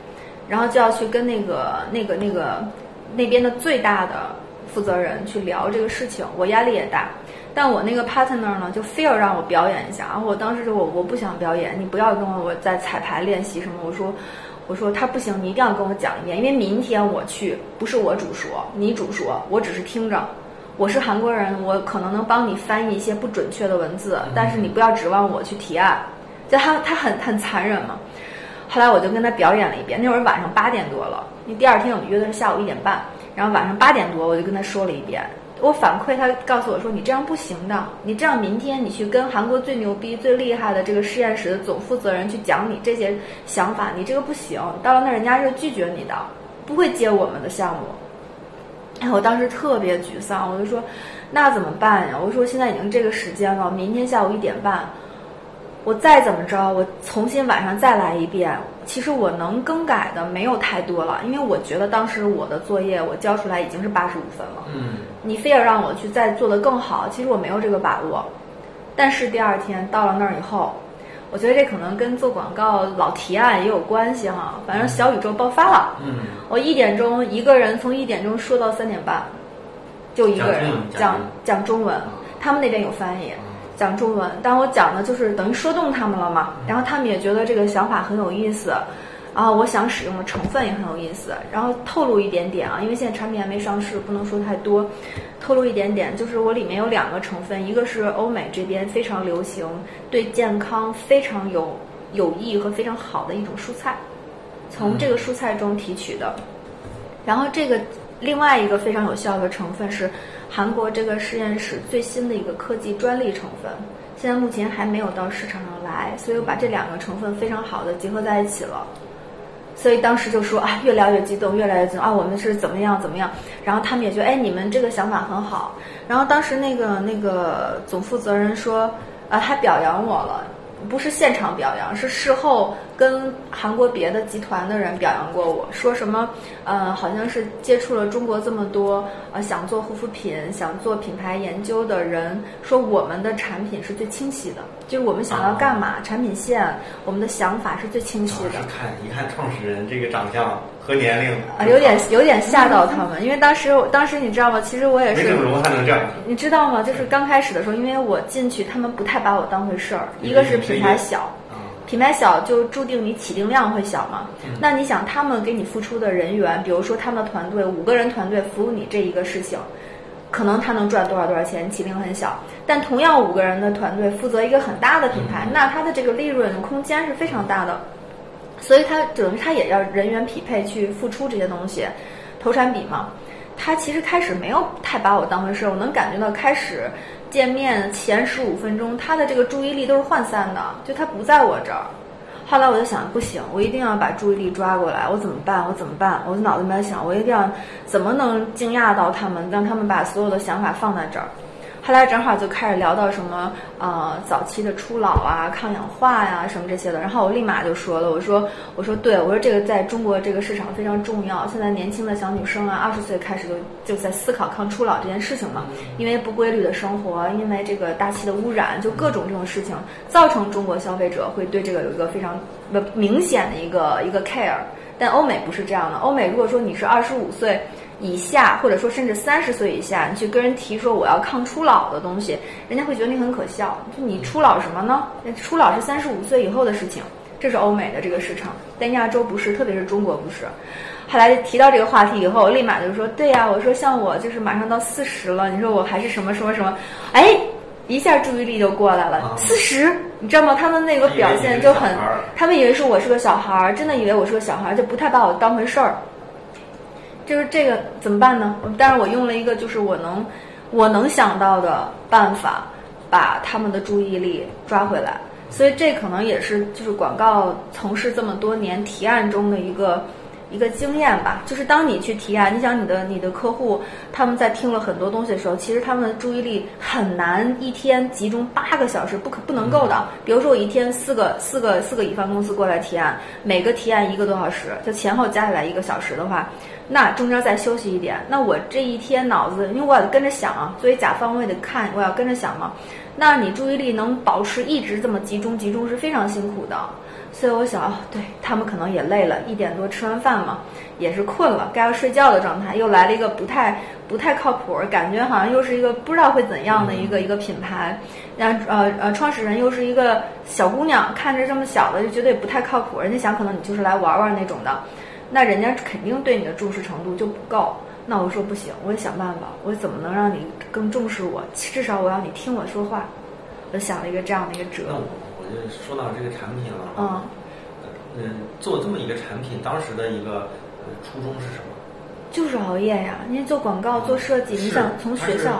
然后就要去跟那边的最大的负责人去聊这个事情，我压力也大。但我那个 partner 呢，就非要让我表演一下，然后我当时我不想表演，你不要跟我在彩排练习什么。我说他不行，你一定要跟我讲一遍，因为明天我去不是我主说，你主说，我只是听着。我是韩国人，我可能能帮你翻译一些不准确的文字，但是你不要指望我去提案。就他很残忍嘛。后来我就跟他表演了一遍，那会儿晚上8点多了，因为第二天我们约的是下午1点半，然后晚上8点多我就跟他说了一遍。我反馈他告诉我说，你这样不行的，你这样明天你去跟韩国最牛逼最厉害的这个实验室的总负责人去讲你这些想法，你这个不行，到了那人家是拒绝你的，不会接我们的项目。哎，我当时特别沮丧，我就说那怎么办呀？我说现在已经这个时间了，明天下午1点半，我再怎么着，我重新晚上再来一遍。其实我能更改的没有太多了，因为我觉得当时我的作业我交出来已经是85分了。你非要让我去再做得更好，其实我没有这个把握。但是第二天到了那儿以后，我觉得这可能跟做广告老提案也有关系哈。反正小宇宙爆发了。我1点钟一个人从1点钟说到3点半，就一个人讲中文，他们那边有翻译。讲中文，但我讲的就是等于说动他们了嘛，然后他们也觉得这个想法很有意思，然后我想使用的成分也很有意思，然后透露一点点啊，因为现在产品还没上市，不能说太多，透露一点点，就是我里面有2个成分，一个是欧美这边非常流行，对健康非常有益和非常好的一种蔬菜，从这个蔬菜中提取的，然后这个另外一个非常有效的成分是韩国这个实验室最新的一个科技专利成分，现在目前还没有到市场上来，所以我把这2个成分非常好的结合在一起了。所以当时就说啊，越聊越激动，越来越激动啊，我们是怎么样，然后他们也觉得，哎，你们这个想法很好。然后当时那个总负责人说，他表扬我了。不是现场表扬，是事后跟韩国别的集团的人表扬过我，说什么好像是接触了中国这么多想做护肤品、想做品牌研究的人，说我们的产品是最清晰的，就是我们想要干嘛，产品线，我们的想法是最清晰的。
一看创始人这个长相和年龄
有点吓到他们，因为当时你知道吗？其实我也是
没整容还能这样，
你知道吗？就是刚开始的时候，因为我进去，他们不太把我当回事儿，一个是品牌小。品牌小就注定你起订量会小嘛。那你想他们给你付出的人员，比如说他们的团队5个人团队服务你这一个事情，可能他能赚多少钱，起订很小。但同样5个人的团队负责一个很大的品牌，那他的这个利润空间是非常大的。所以他等于他也要人员匹配去付出这些东西，投产比嘛。他其实开始没有太把我当回事，我能感觉到开始见面前15分钟，他的这个注意力都是涣散的，就他不在我这儿。后来我就想，不行，我一定要把注意力抓过来，我怎么办？我的脑子里面想，我一定要怎么能惊讶到他们，让他们把所有的想法放在这儿。后来正好就开始聊到什么早期的初老啊、抗氧化呀、什么这些的，然后我立马就说了，我说对，我说这个在中国这个市场非常重要，现在年轻的小女生啊，20岁开始就在思考抗初老这件事情嘛，因为不规律的生活，因为这个大气的污染，就各种这种事情，造成中国消费者会对这个有一个非常明显的一个 care， 但欧美不是这样的，欧美如果说你是25岁以下，或者说甚至30岁以下，你去跟人提说我要抗初老的东西，人家会觉得你很可笑，就你初老什么呢？初老是35岁以后的事情，这是欧美的这个市场，但亚洲不是，特别是中国不是。后来提到这个话题以后，我立马就说，对呀，我说像我就是马上到40了，你说我还是什么什么什么，哎，一下注意力就过来了。40，你知道吗？他们那个表现就很，他们以为是我是个小孩，真的以为我是个小孩，就不太把我当回事儿。就是这个怎么办呢？但是我用了一个就是我能想到的办法，把他们的注意力抓回来。所以这可能也是就是广告从事这么多年提案中的一个经验吧。就是当你去提案，你想你的客户他们在听了很多东西的时候，其实他们的注意力很难一天集中8个小时，不能够的。比如说我一天四个乙方公司过来提案，每个提案1个多小时，就前后加起来1个小时的话，那中间再休息一点，那我这一天脑子，因为我要跟着想啊，作为甲方我也得看，我要跟着想嘛。那你注意力能保持一直这么集中是非常辛苦的。 所以我想，对他们可能也累了，1点多吃完饭嘛，也是困了，该要睡觉的状态，又来了一个不太靠谱，感觉好像又是一个不知道会怎样的一个品牌，然后创始人又是一个小姑娘，看着这么小的就觉得也不太靠谱，人家想可能你就是来玩玩那种的，那人家肯定对你的重视程度就不够。那我说不行，我得想办法，我怎么能让你更重视我？至少我要你听我说话。我想了一个这样的一个辙。
那我就说到这个产品了。做这么一个产品，当时的一个初衷是什么？
就是熬夜呀，因为做广告、做设计，你想从学校，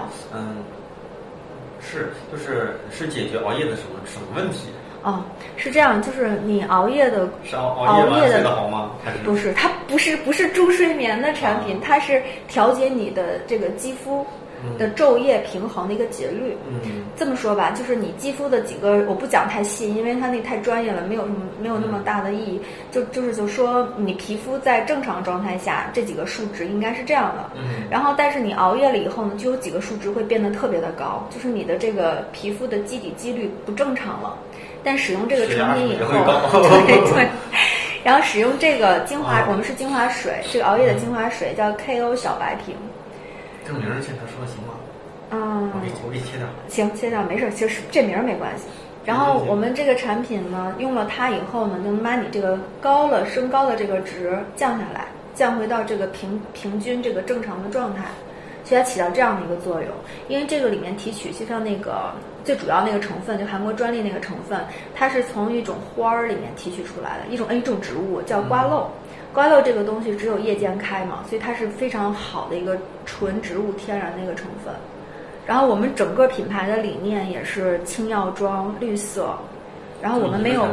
是解决熬夜的什么问题？
是这样，就是你熬夜的，
是熬夜睡得好吗？
不是，它不是助睡眠的产品，它是调节你的这个肌肤的昼夜平衡的一个节律。这么说吧，就是你肌肤的几个，我不讲太细，因为它那太专业了，没有那么大的意义。就说你皮肤在正常状态下，这几个数值应该是这样的。然后但是你熬夜了以后呢，就有几个数值会变得特别的高，就是你的这个皮肤的基底肌率不正常了。但使用这个产品以后，对，然后使用这个精华，我们是精华水，这个熬夜的精华水叫 KO 小白瓶。
这个名儿现在说的行吗？我给切掉。
行，切掉没事，其实这名儿没关系。然后我们这个产品呢，用了它以后呢，就能把你这个升高的这个值降下来，降回到这个平均这个正常的状态。所以它起到这样的一个作用，因为这个里面提取就像那个最主要那个成分，就韩国专利那个成分，它是从一种花儿里面提取出来的，一种植物叫瓜蒌。瓜蒌这个东西只有夜间开嘛，所以它是非常好的一个纯植物天然的一个成分。然后我们整个品牌的理念也是轻药妆、绿色，然后我们没有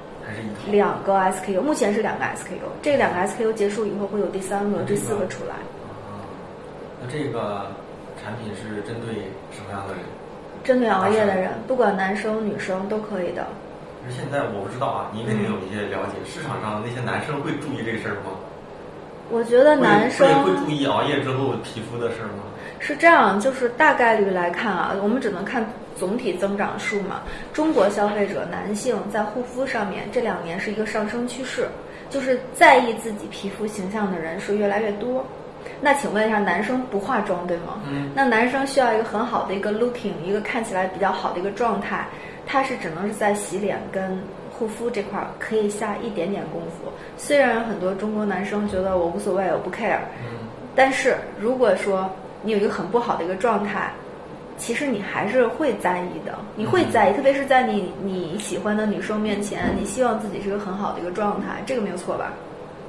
2个 SKU， 目前是2个 SKU， 这2个 SKU 结束以后会有第3个、第4个出来。
那这个产品是针对什么样的人？
针对熬夜的人，不管男生女生都可以的。
可是现在我不知道啊，您肯定有一些了解，市场上那些男生会注意这个事儿吗？
我觉得男生
会注意熬夜之后皮肤的事儿吗？
是这样，就是大概率来看啊，我们只能看总体增长数嘛。中国消费者男性在护肤上面这2年是一个上升趋势，就是在意自己皮肤形象的人是越来越多。那请问一下，男生不化妆对吗？那男生需要一个很好的一个 looking， 一个看起来比较好的一个状态，他是只能是在洗脸跟护肤这块可以下一点点功夫。虽然很多中国男生觉得我无所谓，我不 care，但是如果说你有一个很不好的一个状态，其实你还是会在意的，你会在意，特别是在你喜欢的女生面前，你希望自己是个很好的一个状态，这个没有错吧？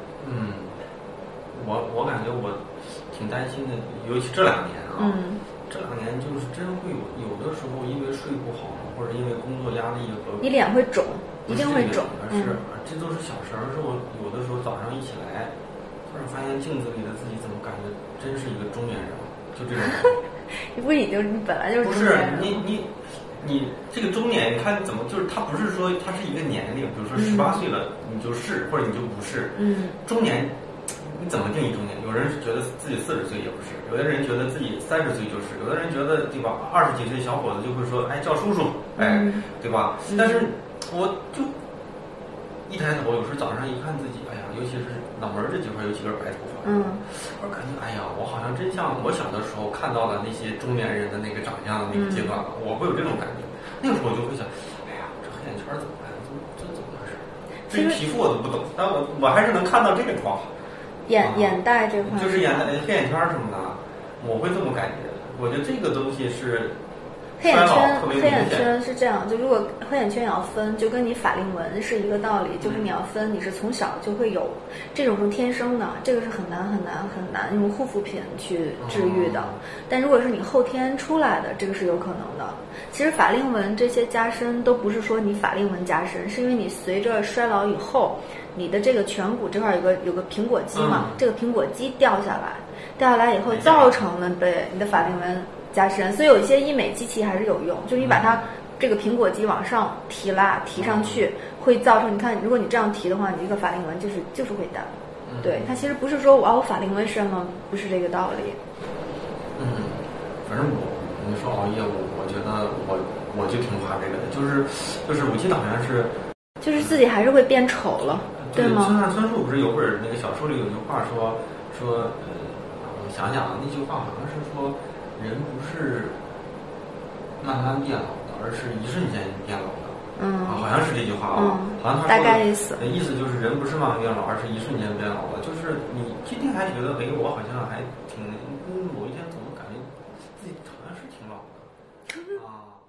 我感觉我挺担心的，尤其这2年啊，这2年就是真会有的时候因为睡不好，或者因为工作压力和
你脸会肿，一定会肿。
这都是小事儿。是我有的时候早上一起来，突然发现镜子里的自己怎么感觉真是一个中年人，就这种。
你不已经你本来就是
不是你这个中年，你看怎么就是他不是说他是一个年龄，比如说18岁了你就是或者你就不是，中年。你怎么定义中年？有人觉得自己40岁也不是，有的人觉得自己30岁就是，有的人觉得对吧？20几岁小伙子就会说，哎，叫叔叔，哎，对吧？但是我就一抬头，有时候早上一看自己，哎呀，尤其是脑门这几块有几根白头发，我感觉，哎呀，我好像真像我小的时候看到的那些中年人的那个长相的那个阶段了，我会有这种感觉。那个时候我就会想，哎呀，这黑眼圈怎么办？这怎么回事？至于皮肤我都不懂，但我还是能看到这个状况。
眼袋这块
就是黑眼圈什么的，我会这么感觉。我觉得这个东西是
黑眼圈是这样，就如果黑眼圈也要分，就跟你法令纹是一个道理，就是你要分你是从小就会有这种是天生的，这个是很难用护肤品去治愈的。但如果是你后天出来的，这个是有可能的。其实法令纹这些加深都不是说你法令纹加深，是因为你随着衰老以后，你的这个颧骨这块有个苹果肌嘛，这个苹果肌掉下来以后造成了对你的法令纹加深。所以有一些医美机器还是有用，就你把它这个苹果肌往上提上去，会造成你看，如果你这样提的话，你这个法令纹就是会淡。对，它其实不是说我法令纹深了，不是这个道理。
反正你说熬夜，我觉得我就挺怕这个的，就是我记得好像是。
就是自己还是会变丑了，对吗？
村上春树不是有本那个小说里有句话说，我想想那句话好像是说，人不是慢慢变老的，而是一瞬间变老的。好像是这句话啊，好像他说
大概意思
就是人不是慢慢变老，而是一瞬间变老的。就是你今天还觉得，我好像还挺，某一天怎么感觉自己好像是挺老的啊。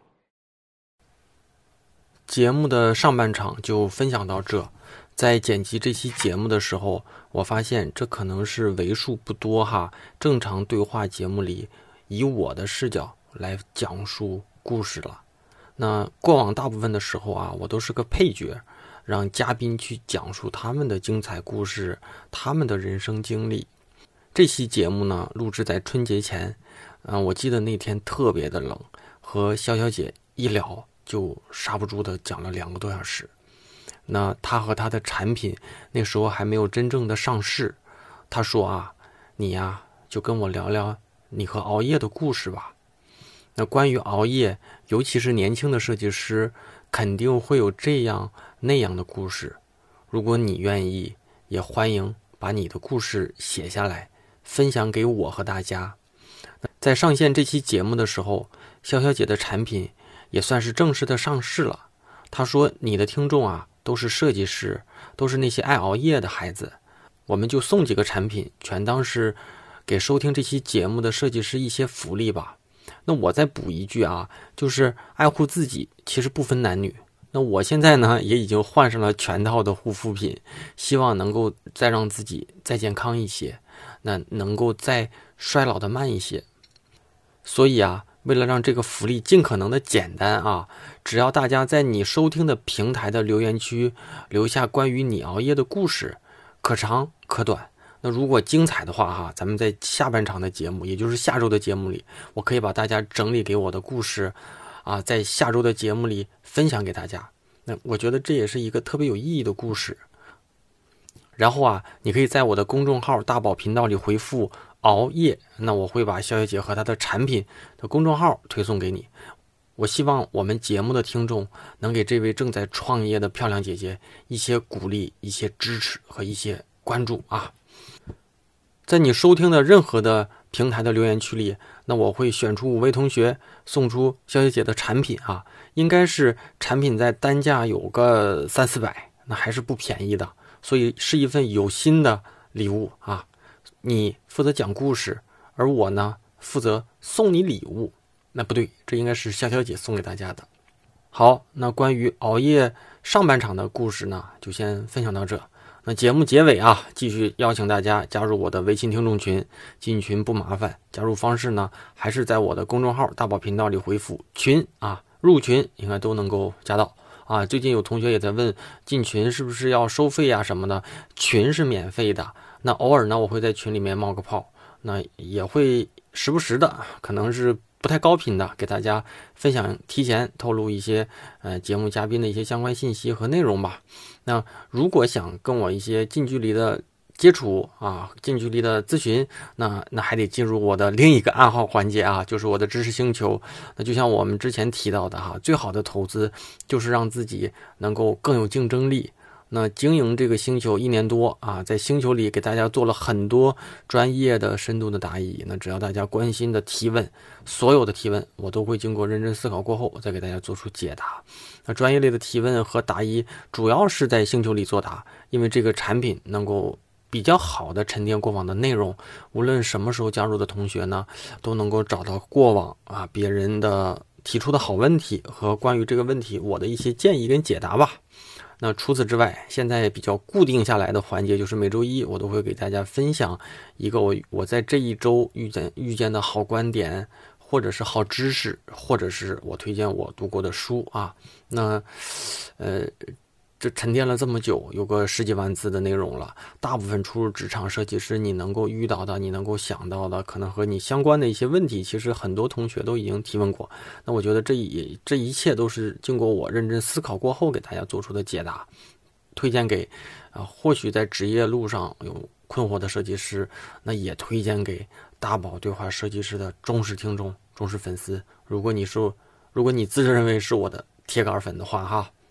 节目的上半场就分享到这。在剪辑这期节目的时候，我发现这可能是为数不多正常对话节目里以我的视角来讲述故事了。那过往大部分的时候我都是个配角，让嘉宾去讲述他们的精彩故事，他们的人生经历。这期节目呢，录制在春节前，我记得那天特别的冷，和潇潇姐一聊就刹不住的讲了2个多小时。那她和她的产品那时候还没有真正的上市，她说你就跟我聊聊你和熬夜的故事吧。那关于熬夜，尤其是年轻的设计师，肯定会有这样那样的故事。如果你愿意，也欢迎把你的故事写下来，分享给我和大家。在上线这期节目的时候，潇潇姐的产品也算是正式的上市了。她说你的听众都是设计师，都是那些爱熬夜的孩子，我们就送几个产品，全当是给收听这期节目的设计师一些福利吧。那我再补一句就是爱护自己其实不分男女。那我现在呢也已经换上了全套的护肤品，希望能够再让自己再健康一些，那能够再衰老的慢一些。所以为了让这个福利尽可能的简单只要大家在你收听的平台的留言区留下关于你熬夜的故事，可长可短。那如果精彩的话咱们在下半场的节目，也就是下周的节目里，我可以把大家整理给我的故事在下周的节目里分享给大家。那我觉得这也是一个特别有意义的故事。然后你可以在我的公众号大宝频道里回复熬夜，那我会把潇潇姐和她的产品的公众号推送给你。我希望我们节目的听众能给这位正在创业的漂亮姐姐一些鼓励，一些支持和一些关注在你收听的任何的平台的留言区里，那我会选出5位同学送出潇潇姐的产品应该是产品在单价有个300-400，那还是不便宜的，所以是一份有心的礼物你负责讲故事，而我呢负责送你礼物。那不对，这应该是潇潇姐送给大家的。好，那关于熬夜上半场的故事呢，就先分享到这。那节目结尾继续邀请大家加入我的微信听众群，进群不麻烦，加入方式呢还是在我的公众号大宝频道里回复群入群应该都能够加到最近有同学也在问进群是不是要收费什么的，群是免费的。那偶尔呢我会在群里面冒个泡，那也会时不时的可能是不太高频的给大家分享，提前透露一些节目嘉宾的一些相关信息和内容吧。那如果想跟我一些近距离的接触近距离的咨询，那还得进入我的另一个暗号环节就是我的知识星球。那就像我们之前提到的最好的投资就是让自己能够更有竞争力。那经营这个星球1年多在星球里给大家做了很多专业的深度的答疑。那只要大家关心的提问，所有的提问我都会经过认真思考过后再给大家做出解答。那专业类的提问和答疑主要是在星球里作答，因为这个产品能够比较好的沉淀过往的内容，无论什么时候加入的同学呢都能够找到过往别人的提出的好问题和关于这个问题我的一些建议跟解答吧。那除此之外，现在比较固定下来的环节就是每周一我都会给大家分享一个我在这一周遇见的好观点，或者是好知识，或者是我推荐我读过的书那这沉淀了这么久，有个10几万字的内容了，大部分初入职场设计师你能够遇到的，你能够想到的，可能和你相关的一些问题，其实很多同学都已经提问过。那我觉得这一切都是经过我认真思考过后给大家做出的解答，推荐给或许在职业路上有困惑的设计师，那也推荐给大宝对话设计师的忠实听众、忠实粉丝。如果你自认为是我的铁杆粉的话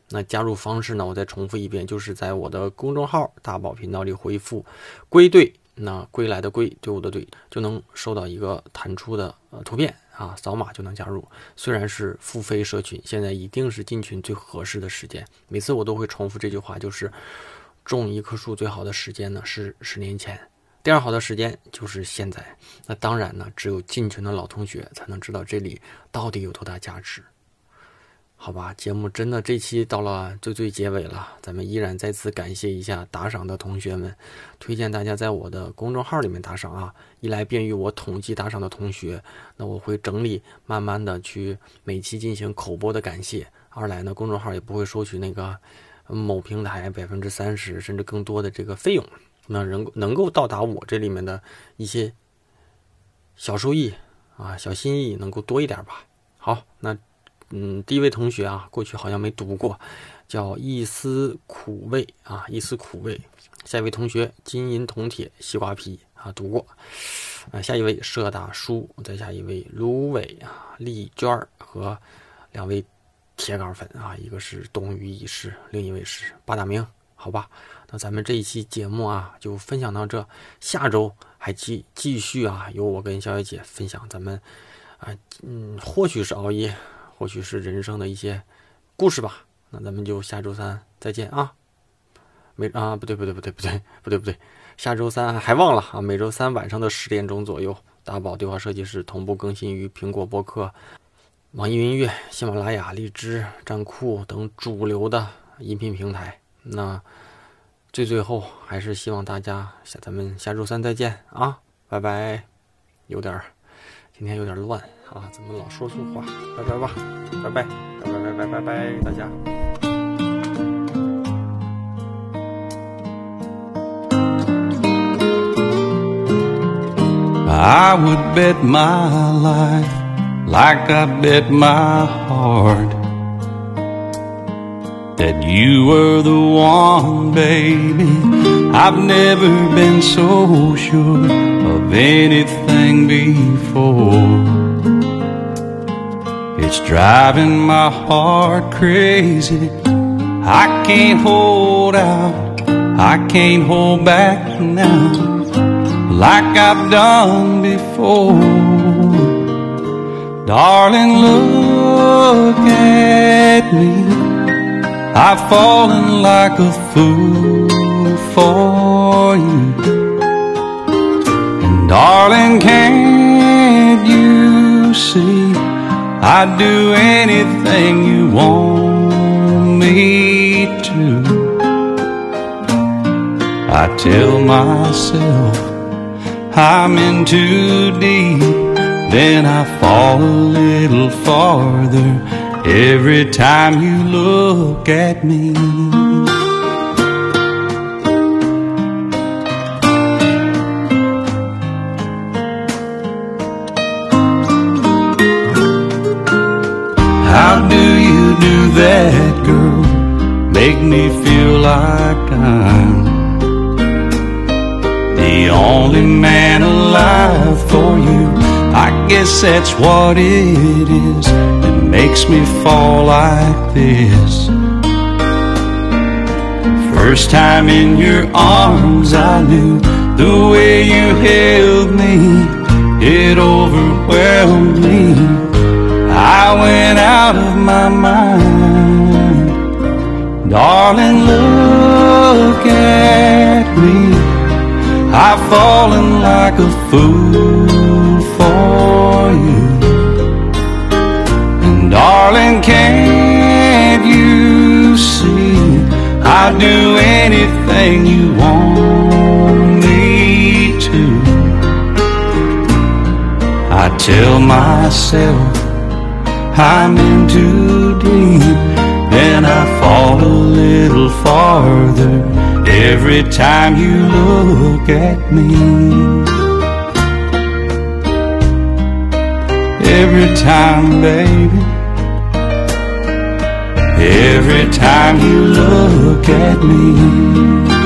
那加入方式呢，我再重复一遍，就是在我的公众号大宝频道里回复归队，那归来的归，队伍的队，就能收到一个弹出的图片啊，扫码就能加入。虽然是付费社群，现在一定是进群最合适的时间。每次我都会重复这句话，就是种一棵树最好的时间呢是10年前，第二好的时间就是现在。那当然呢，只有进群的老同学才能知道这里到底有多大价值。好吧，节目真的这期到了最结尾了，咱们依然再次感谢一下打赏的同学们，推荐大家在我的公众号里面打赏啊，一来便于我统计打赏的同学，那我会整理慢慢的去每期进行口播的感谢，二来呢，公众号也不会收取那个某平台30%甚至更多的这个费用，那能够到达我这里面的一些小收益啊，小心意能够多一点吧。好，那第一位同学啊，过去好像没读过，叫一丝苦味啊，一丝苦味。下一位同学金银铜铁西瓜皮啊，读过。下一位社大叔，再下一位芦苇啊、丽娟和2位铁杆粉啊，一个是冬雨已逝，另一位是八大明。好吧，那咱们这一期节目啊，就分享到这，下周还继续啊，由我跟小野姐分享咱们或许是熬夜，或许是人生的一些故事吧。那咱们就下周3再见啊！不对，下周3还忘了啊！每周3晚上的10点钟左右，大宝对话设计师同步更新于苹果播客、网易云音乐、喜马拉雅、荔枝、站酷等主流的音频平台。那最后还是希望大家咱们下周3再见啊！拜拜。今天有点乱啊，怎么老说错话？拜拜吧，拜拜，大家。
I would bet my life like I bet my heart that you were the one, baby. I've never been so sure of anything before. It's driving my heart crazy. I can't hold out, I can't hold back now, like I've done before. Darling, look at me, I've fallen like a fool for you. And darling, can't you see I'd do anything you want me to? I tell myself I'm in too deep, then I fall a little farther every time you look at me. How do you do that, girl? Make me feel like I'm the only man alive for you. I guess that's what it is that makes me fall like this. First time in your arms I knew the way you held me, it overwhelmed me. I went out of my mind. Darling, look at me, I've fallen like a fool for you. And darling, can't you see I'd do anything you want me to? I tell myself I'm in too deep, then I fall a little farther every time you look at me. Every time, baby, every time you look at me.